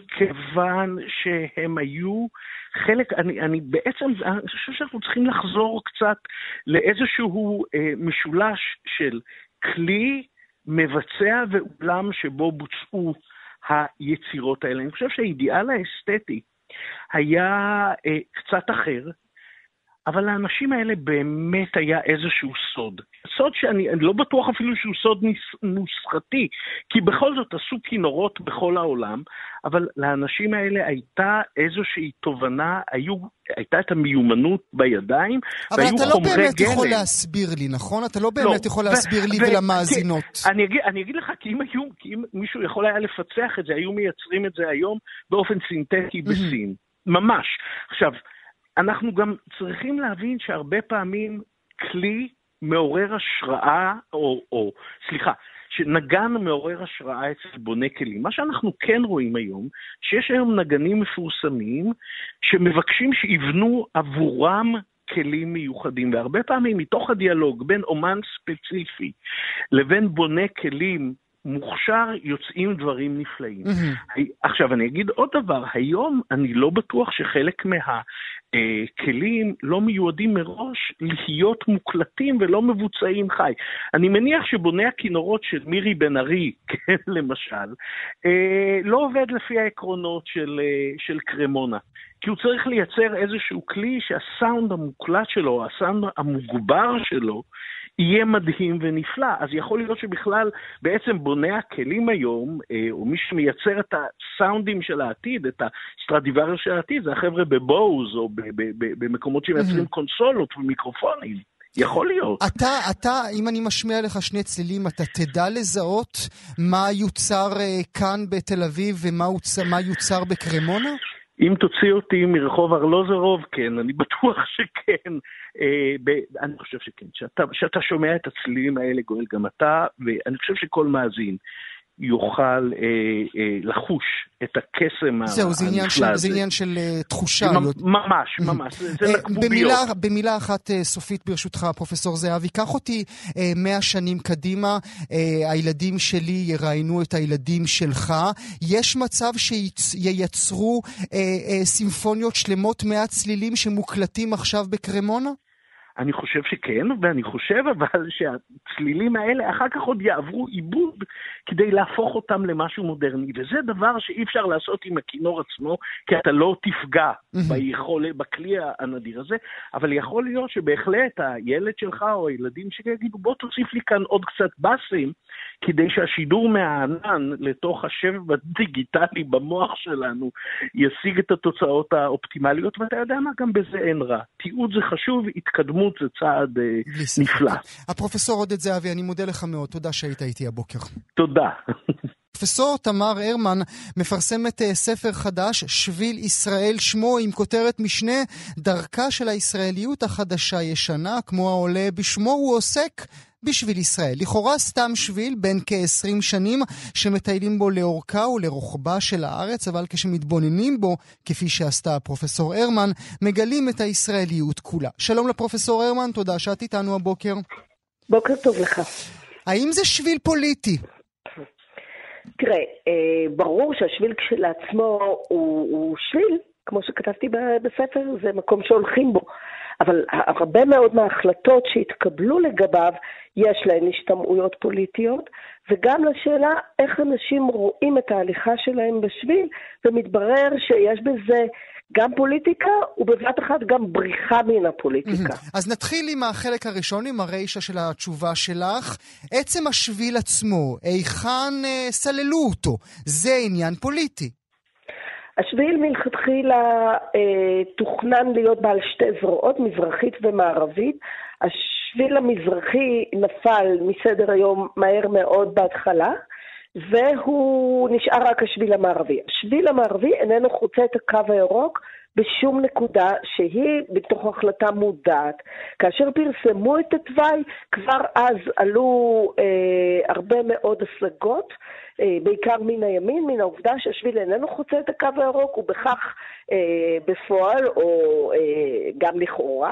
מכיוון שהם היו חלק, אני, אני בעצם, אני חושב שאנחנו צריכים לחזור קצת לאיזשהו אה, משולש של כלי, מבצע ואולם שבו בוצעו היצירות האלה. אני חושב שהאידיאל האסתטי היה אה, קצת אחר, אבל לאנשים האלה באמת היה איזשהו סוד. סוד שאני לא בטוח אפילו שהוא סוד נוסחתי, כי בכל זאת עשו כינורות בכל העולם, אבל לאנשים האלה הייתה איזושהי תובנה, היו, הייתה את המיומנות בידיים, והיו חומרי גלם. אבל אתה לא באמת יכול להסביר לי, נכון? אתה לא באמת יכול להסביר לי ולמאזינות. אני אגיד, אני אגיד לך, כי אם, היו, כי אם מישהו יכול היה לפצח את זה, היו מייצרים את זה היום באופן סינתטי בסין. ממש. עכשיו, אנחנו גם צריכים להבין שהרבה פעמים כלי מעורר השראה, או, או סליחה, שנגן מעורר השראה אצל בוני כלים. מה שאנחנו כן רואים היום, שיש היום נגנים מפורסמים שמבקשים שיבנו עבורם כלים מיוחדים, והרבה פעמים מתוך הדיאלוג בין אומן ספציפי לבין בוני כלים מוכשר יוצאים דברים נפלאים. Mm-hmm. עכשיו אני אגיד עוד דבר, היום אני לא בטוח שחלק מהכלים לא מיועדים מראש להיות מוקלטים ולא מבוצעים חי. אני מניח שבוני הכינורות של מירי בן ארי, כן, למשל, לא עובד לפי העקרונות של, של קרמונה. כי הוא צריך לייצר איזשהו כלי שהסאונד המוקלט שלו, הסאונד המוגבר שלו, יהיה מדהים ונפלא. אז יכול להיות שבכלל בעצם בוני הכלים היום, או מי שמייצר את הסאונדים של העתיד, את הסטרדיווריוס של העתיד, זה החבר'ה בבוז, או במקומות שמייצרים קונסולות ומיקרופונים. יכול להיות. אתה, אתה, אם אני משמיע לך שני צלילים, אתה תדע לזהות מה יוצר כאן בתל אביב ומה יוצר בקרמונה? אם תוציא אותי מרחוב ארלוזורוב, כן, אני בטוח שכן. אה, ב- אני חושב שכן. שאתה, שאתה שומע את הצלילים האלה, גואל, גם אתה, ואני חושב שכל מאזין יוכל אה, אה, לחוש את הקסם הנפלא הזה. זהו, זה עניין של, זה עניין של uh, תחושה. ממש, ממש. זה, זה במילה, במילה אחת uh, סופית ברשותך, פרופסור זהבי, קח אותי מאה uh, שנים קדימה, uh, הילדים שלי יראיינו את הילדים שלך. יש מצב שייצרו uh, uh, סימפוניות שלמות מהצלילים שמוקלטים עכשיו בקרמונה? אני חושב שכן, ואני חושב אבל שהצלילים האלה אחר כך עוד יעברו עיבוד כדי להפוך אותם למשהו מודרני, וזה דבר שאי אפשר לעשות עם הכינור עצמו, כי אתה לא תפגע ביכול, בכלי הנדיר הזה, אבל יכול להיות שבהחלט הילד שלך או הילדים שלי יגידו, בוא תוסיף לי כאן עוד קצת בסים, כדי שהשידור מהענן לתוך השבב הדיגיטלי במוח שלנו ישיג את התוצאות האופטימליות, ואתה יודע מה, גם בזה אין רע. תיעוד זה חשוב, התקדמות זה צעד נפלא. הפרופסור עודד זהבי, אני מודה לך מאוד, תודה שהיית איתי הבוקר. תודה. פרופסור תמר הרמן מפרסמת ספר חדש, שביל ישראל שמו, עם כותרת משנה, דרכה של הישראליות החדשה ישנה, כמו העולה בשמו, הוא עוסק בשביל ישראל. לכאורה סתם שביל בין כ-עשרים שנים שמטיילים בו לאורכה ולרוחבה של הארץ, אבל כשמתבוננים בו, כפי שעשתה הפרופסור הרמן, מגלים את הישראליות כולה. שלום לפרופסור הרמן, תודה שאת איתנו הבוקר. בוקר טוב לך. האם זה שביל פוליטי? תראה, ברור שהשביל כשלעצמו הוא, הוא שביל, כמו שכתבתי בספר, זה מקום שהולכים בו. אבל הרבה מאוד מההחלטות שהתקבלו לגביו, יש להן השתמעויות פוליטיות, וגם לשאלה איך אנשים רואים את ההליכה שלהם בשביל, ומתברר שיש בזה גם פוליטיקה, ובבת אחת גם בריחה מן הפוליטיקה. אז נתחיל עם החלק הראשון, עם הרישה של התשובה שלך. עצם השביל עצמו, היכן אה, סללו אותו? זה עניין פוליטי. השביל מלכתחילה אה, תוכנן להיות בעל שתי זרועות, מזרחית ומערבית. השביל המזרחי נפל מסדר היום מהר מאוד בהתחלה, והוא נשאר רק השביל המערבי. השביל המערבי איננו חוצה את הקו הירוק בשום נקודה שהיא בתוך החלטה מודעת. כאשר פרסמו את התוואי, כבר אז עלו אה, הרבה מאוד השגות, אה, בעיקר מן הימין, מן העובדה שהשביל איננו חוצה את הקו הירוק, ובכך אה, בפועל, או אה, גם לכאורה,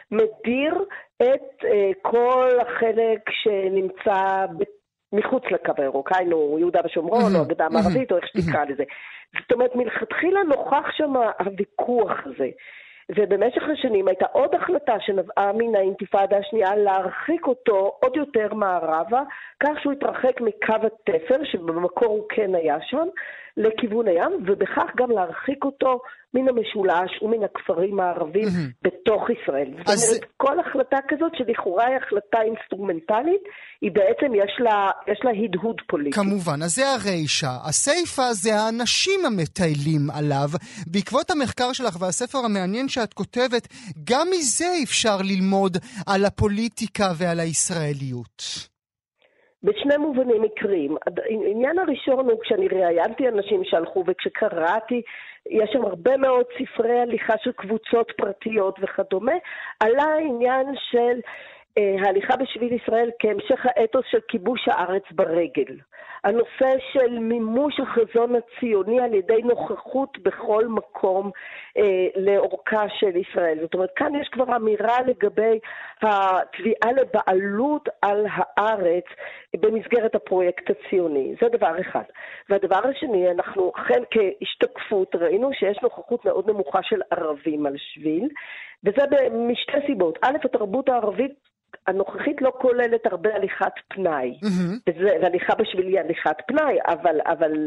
מדיר את אה, כל החלק שנמצא בתוך, מחוץ לקו הירוק, היינו יהודה ושומרון, או הגדה המערבית, או איך שתקרא לזה. זאת אומרת, מלכתחילה נוכח שם הוויכוח הזה. ובמשך השנים הייתה עוד החלטה שנבעה מן האינתיפאדה השנייה להרחיק אותו עוד יותר מערבה, כך שהוא התרחק מקו התפר, שבמקור הוא כן היה שם, לכיוון הים, ובכך גם להרחיק אותו מן המשולש ומן הכפרים הערבים mm-hmm. בתוך ישראל. אז... זאת אומרת, כל החלטה כזאת שלכאורה היא החלטה אינסטרומנטלית, היא בעצם יש לה, יש לה הדהוד פוליטי. כמובן, אז זה הרישה. הסייפה זה האנשים המטיילים עליו. בעקבות המחקר שלך והספר המעניין שאת כותבת, גם מזה אפשר ללמוד על הפוליטיקה ועל הישראליות. בשני מובנים מקרים. העניין הראשון הוא כשאני ראיינתי אנשים שהלכו וכשקראתי, יש שם הרבה מאוד ספרי הליכה של קבוצות פרטיות וכדומה, עלה העניין של אה, ההליכה בשביל ישראל כהמשך האתוס של כיבוש הארץ ברגל. הנושא של מימוש החזון הציוני על ידי נוכחות בכל מקום אה, לאורכה של ישראל. זאת אומרת, כאן יש כבר אמירה לגבי התביעה לבעלות על הארץ במסגרת הפרויקט הציוני. זה דבר אחד. והדבר השני, אנחנו אכן כהשתקפות ראינו שיש נוכחות מאוד נמוכה של ערבים על שביל, וזה משתי סיבות. א', התרבות הערבית הנוכחית לא כוללת הרבה הליכת פנאי. והליכה בשביל היא הליכת פנאי, אבל...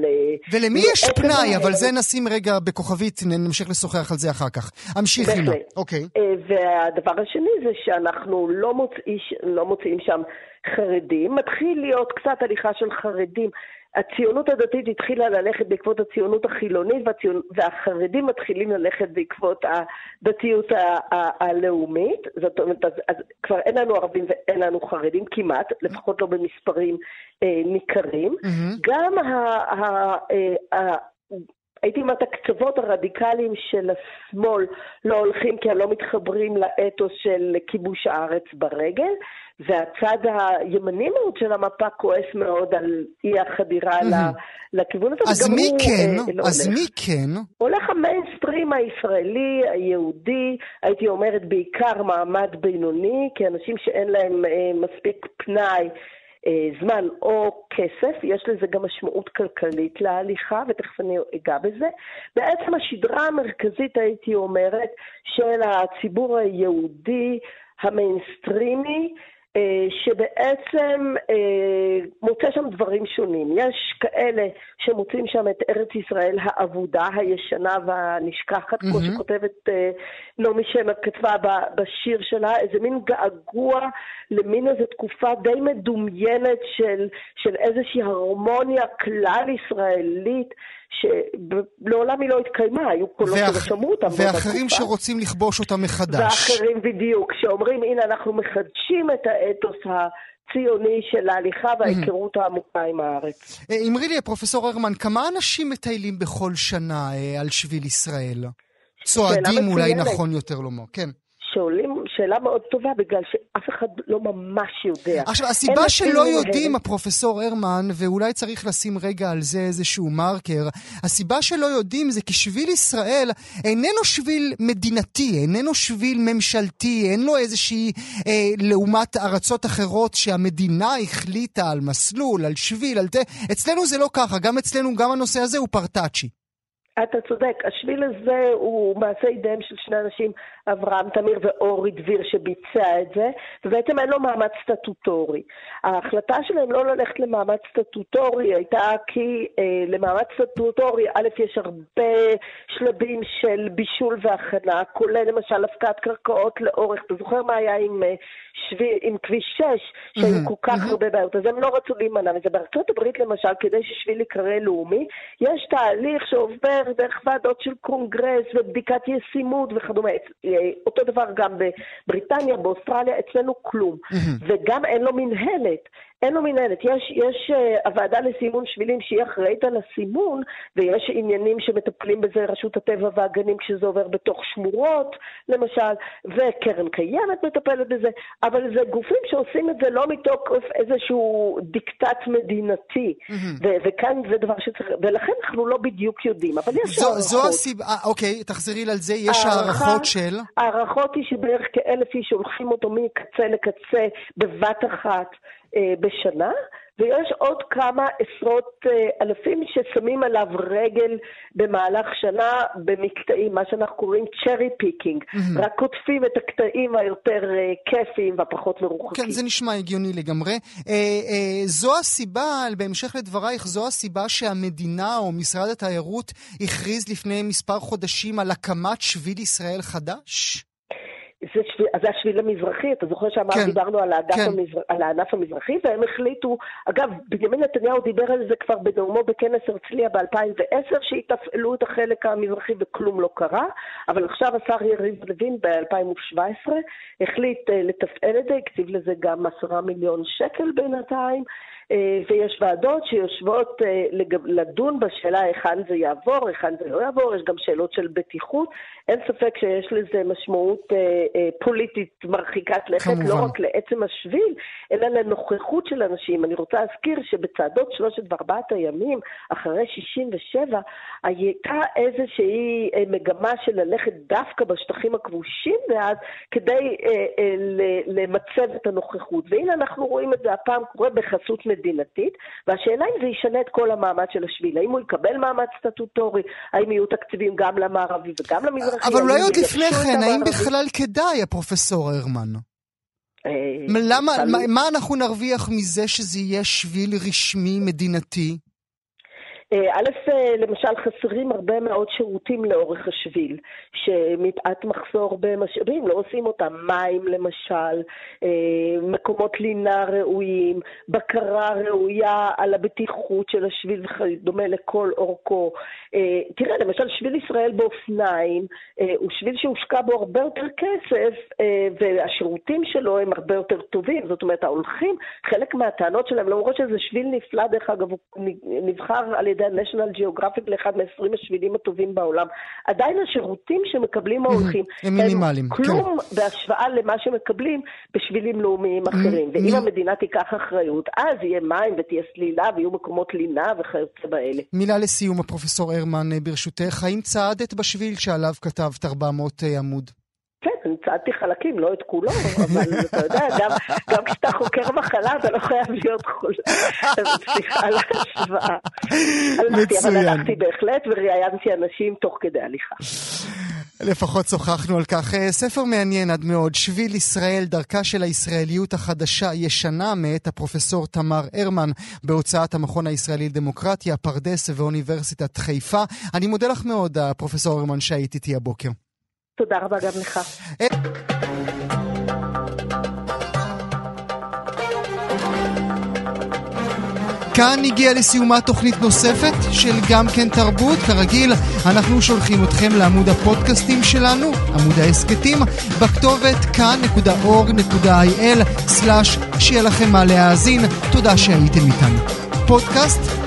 ולמי יש פנאי? אבל זה נשים רגע בכוכבית, נמשיך לשוחח על זה אחר כך. המשיך הנה. אוקיי. והדבר השני זה שאנחנו לא מוצאים שם חרדים. מתחיל להיות קצת הליכה של חרדים. הציונות הדתית התחילה ללכת בעקבות הציונות החילונית, והחרדים מתחילים ללכת בעקבות הדתיות הלאומית. זאת אומרת, אז, אז כבר אין לנו ערבים ואין לנו חרדים כמעט, לפחות לא במספרים אה, ניכרים. Mm-hmm. גם ה... ה, ה, ה הייתי אומרת, הקצוות הרדיקליים של השמאל לא הולכים כי הם לא מתחברים לאתוס של כיבוש הארץ ברגל, והצד הימני מאוד של המפה כועס מאוד על אי החדירה לכיוון הזה. אז מי כן? אז מי כן? הולך המיינסטרים הישראלי, היהודי, הייתי אומרת בעיקר מעמד בינוני, כי אנשים שאין להם מספיק פנאי, זמן או כסף, יש לזה גם משמעות כלכלית להליכה, ותכף אני אגע בזה. בעצם השדרה המרכזית, הייתי אומרת, של הציבור היהודי המיינסטרימי, שבעצם מוצא שם דברים שונים. יש כאלה שמוצאים שם את ארץ ישראל העבודה, הישנה והנשכחת, כמו שכותבת נעמי שמר כתבה בשיר שלה, איזה מין געגוע למין איזו תקופה די מדומיינת של, של איזושהי הרמוניה כלל ישראלית, שלעולם היא לא התקיימה, היו קולות ששמעו אותם. ואחרים שרוצים לכבוש אותם מחדש. ואחרים בדיוק, שאומרים, הנה אנחנו מחדשים את האתוס הציוני של ההליכה וההיכרות העמוקה עם הארץ. אמרי לי, פרופסור הרמן, כמה אנשים מטיילים בכל שנה על שביל ישראל? צועדים אולי נכון יותר לומר, כן. שעולים שאלה מאוד טובה, בגלל שאף אחד לא ממש יודע. עכשיו, הסיבה שלא יודעים, הפרופסור הרמן, ואולי צריך לשים רגע על זה איזשהו מרקר, הסיבה שלא יודעים זה כי שביל ישראל איננו שביל מדינתי, איננו שביל ממשלתי, אין לו איזושהי, אה, לעומת ארצות אחרות שהמדינה החליטה על מסלול, על שביל, על זה. אצלנו זה לא ככה, גם אצלנו, גם הנושא הזה הוא פרטאצ'י. אתה צודק, השביל הזה הוא מעשה ידיהם של שני אנשים, אברהם תמיר ואורי דביר שביצע את זה, ובעצם אין לו מעמד סטטוטורי. ההחלטה שלהם לא ללכת למעמד סטטוטורי הייתה כי אה, למעמד סטטוטורי, א', יש הרבה שלבים של בישול והכנה, כולל למשל הפקעת קרקעות לאורך, אתה זוכר מה היה עם, שביל, עם כביש שש, שהיו mm-hmm, כל כך mm-hmm. הרבה בעיות, אז הם לא רצו להימנע מזה. בארצות הברית למשל, כדי ששביל יקרא לאומי, יש תהליך שעובר דרך ועדות של קונגרס ובדיקת ישימות וכדומה. אותו דבר גם בבריטניה, באוסטרליה, אצלנו כלום. Mm-hmm. וגם אין לו מנהלת. אין לו מנהלת. יש, יש uh, הוועדה לסימון שבילים שהיא אחראית על הסימון, ויש עניינים שמטפלים בזה רשות הטבע והגנים כשזה עובר בתוך שמורות, למשל, וקרן קיימת מטפלת בזה, אבל זה גופים שעושים את זה לא מתוקף איזשהו דיקטט מדינתי, mm-hmm. ו- וכאן זה דבר שצריך, ולכן אנחנו לא בדיוק יודעים, אבל יש זו, הערכות. זו הסיבה, 아, אוקיי, תחזרי על זה, יש הערכות של? הערכות היא שבערך כאלף איש הולכים אותו מקצה לקצה בבת אחת, בשנה, ויש עוד כמה עשרות אלפים ששמים עליו רגל במהלך שנה במקטעים, מה שאנחנו קוראים cherry picking, mm-hmm. רק כותפים את הקטעים היותר כיפיים והפחות מרוחקים. כן, זה נשמע הגיוני לגמרי. אה, אה, זו הסיבה, בהמשך לדברייך, זו הסיבה שהמדינה או משרד התיירות הכריז לפני מספר חודשים על הקמת שביל ישראל חדש? זה, שביל, זה השביל המזרחי, אתה זוכר שאמר, כן, דיברנו על, כן. המזר, על הענף המזרחי, והם החליטו, אגב, בנימין נתניהו דיבר על זה כבר בנאומו בכנס הרצליה ב-אלפיים ועשר, שהתפעלו את החלק המזרחי וכלום לא קרה, אבל עכשיו השר יריב לוין ב-אלפיים שבע עשרה החליט uh, לתפעל את זה, הקציב לזה גם עשרה מיליון שקל בינתיים, ויש ועדות שיושבות לדון בשאלה היכן זה יעבור, היכן זה לא יעבור, יש גם שאלות של בטיחות, אין ספק שיש לזה משמעות פוליטית מרחיקת לכת, כמובן. לא רק לעצם השביל, אלא לנוכחות של אנשים. אני רוצה להזכיר שבצעדות שלושת וארבעת הימים, אחרי שישים ושבע, הייתה איזושהי מגמה של ללכת דווקא בשטחים הכבושים ואז, כדי למצב את הנוכחות. והנה אנחנו רואים את זה הפעם קורה בחסות מדינתית, והשאלה אם זה ישנה את כל המעמד של השביל, האם הוא יקבל מעמד סטטוטורי, האם יהיו תקציבים גם למערבי וגם למזרחי. אבל אולי עוד לפני כן, האם בכלל כדאי, הפרופסור הרמן? למה, מה אנחנו נרוויח מזה שזה יהיה שביל רשמי מדינתי? א', למשל חסרים הרבה מאוד שירותים לאורך השביל, שמפאת מחסור במשאבים, לא עושים אותם, מים למשל, מקומות לינה ראויים, בקרה ראויה על הבטיחות של השביל ודומה לכל אורכו. תראה, למשל שביל ישראל באופניים, הוא שביל שהושקע בו הרבה יותר כסף, והשירותים שלו הם הרבה יותר טובים, זאת אומרת, ההולכים, חלק מהטענות שלהם, למרות שזה שביל נפלא, דרך אגב, הוא נבחר על ידי ה-National Geographic לאחד מ-עשרים השבילים הטובים בעולם. עדיין השירותים שמקבלים ההולכים הם מינימליים. כלום בהשוואה למה שמקבלים בשבילים לאומיים אחרים. ואם המדינה תיקח אחריות, אז יהיה מים ותהיה סלילה ויהיו מקומות לינה וכיוצא באלה. מילה לסיום, הפרופסור הרמן, ברשותך, האם צעדת בשביל שעליו כתבת ארבע מאות עמוד? כן, אני צעדתי חלקים, לא את כולו, אבל אתה יודע, גם, גם כשאתה חוקר מחלה, אתה לא חייב להיות חולה. סליחה על ההשוואה. אבל הלכתי בהחלט וראיינתי אנשים תוך כדי הליכה. לפחות שוחחנו על כך. ספר מעניין עד מאוד, שביל ישראל, דרכה של הישראליות החדשה ישנה, מאת הפרופסור תמר הרמן, בהוצאת המכון הישראלי לדמוקרטיה, פרדס ואוניברסיטת חיפה. אני מודה לך מאוד, הפרופסור הרמן, שהיית איתי הבוקר. תודה רבה גם לך. כאן הגיעה לסיומה תוכנית נוספת של גם כן תרבות. כרגיל, אנחנו שולחים אתכם לעמוד הפודקאסטים שלנו, עמוד העסקתים, בכתובת כאן נקודה אורג נקודה איי אל סלאש שיהיה לכם מה להאזין. תודה שהייתם איתנו. פודקאסט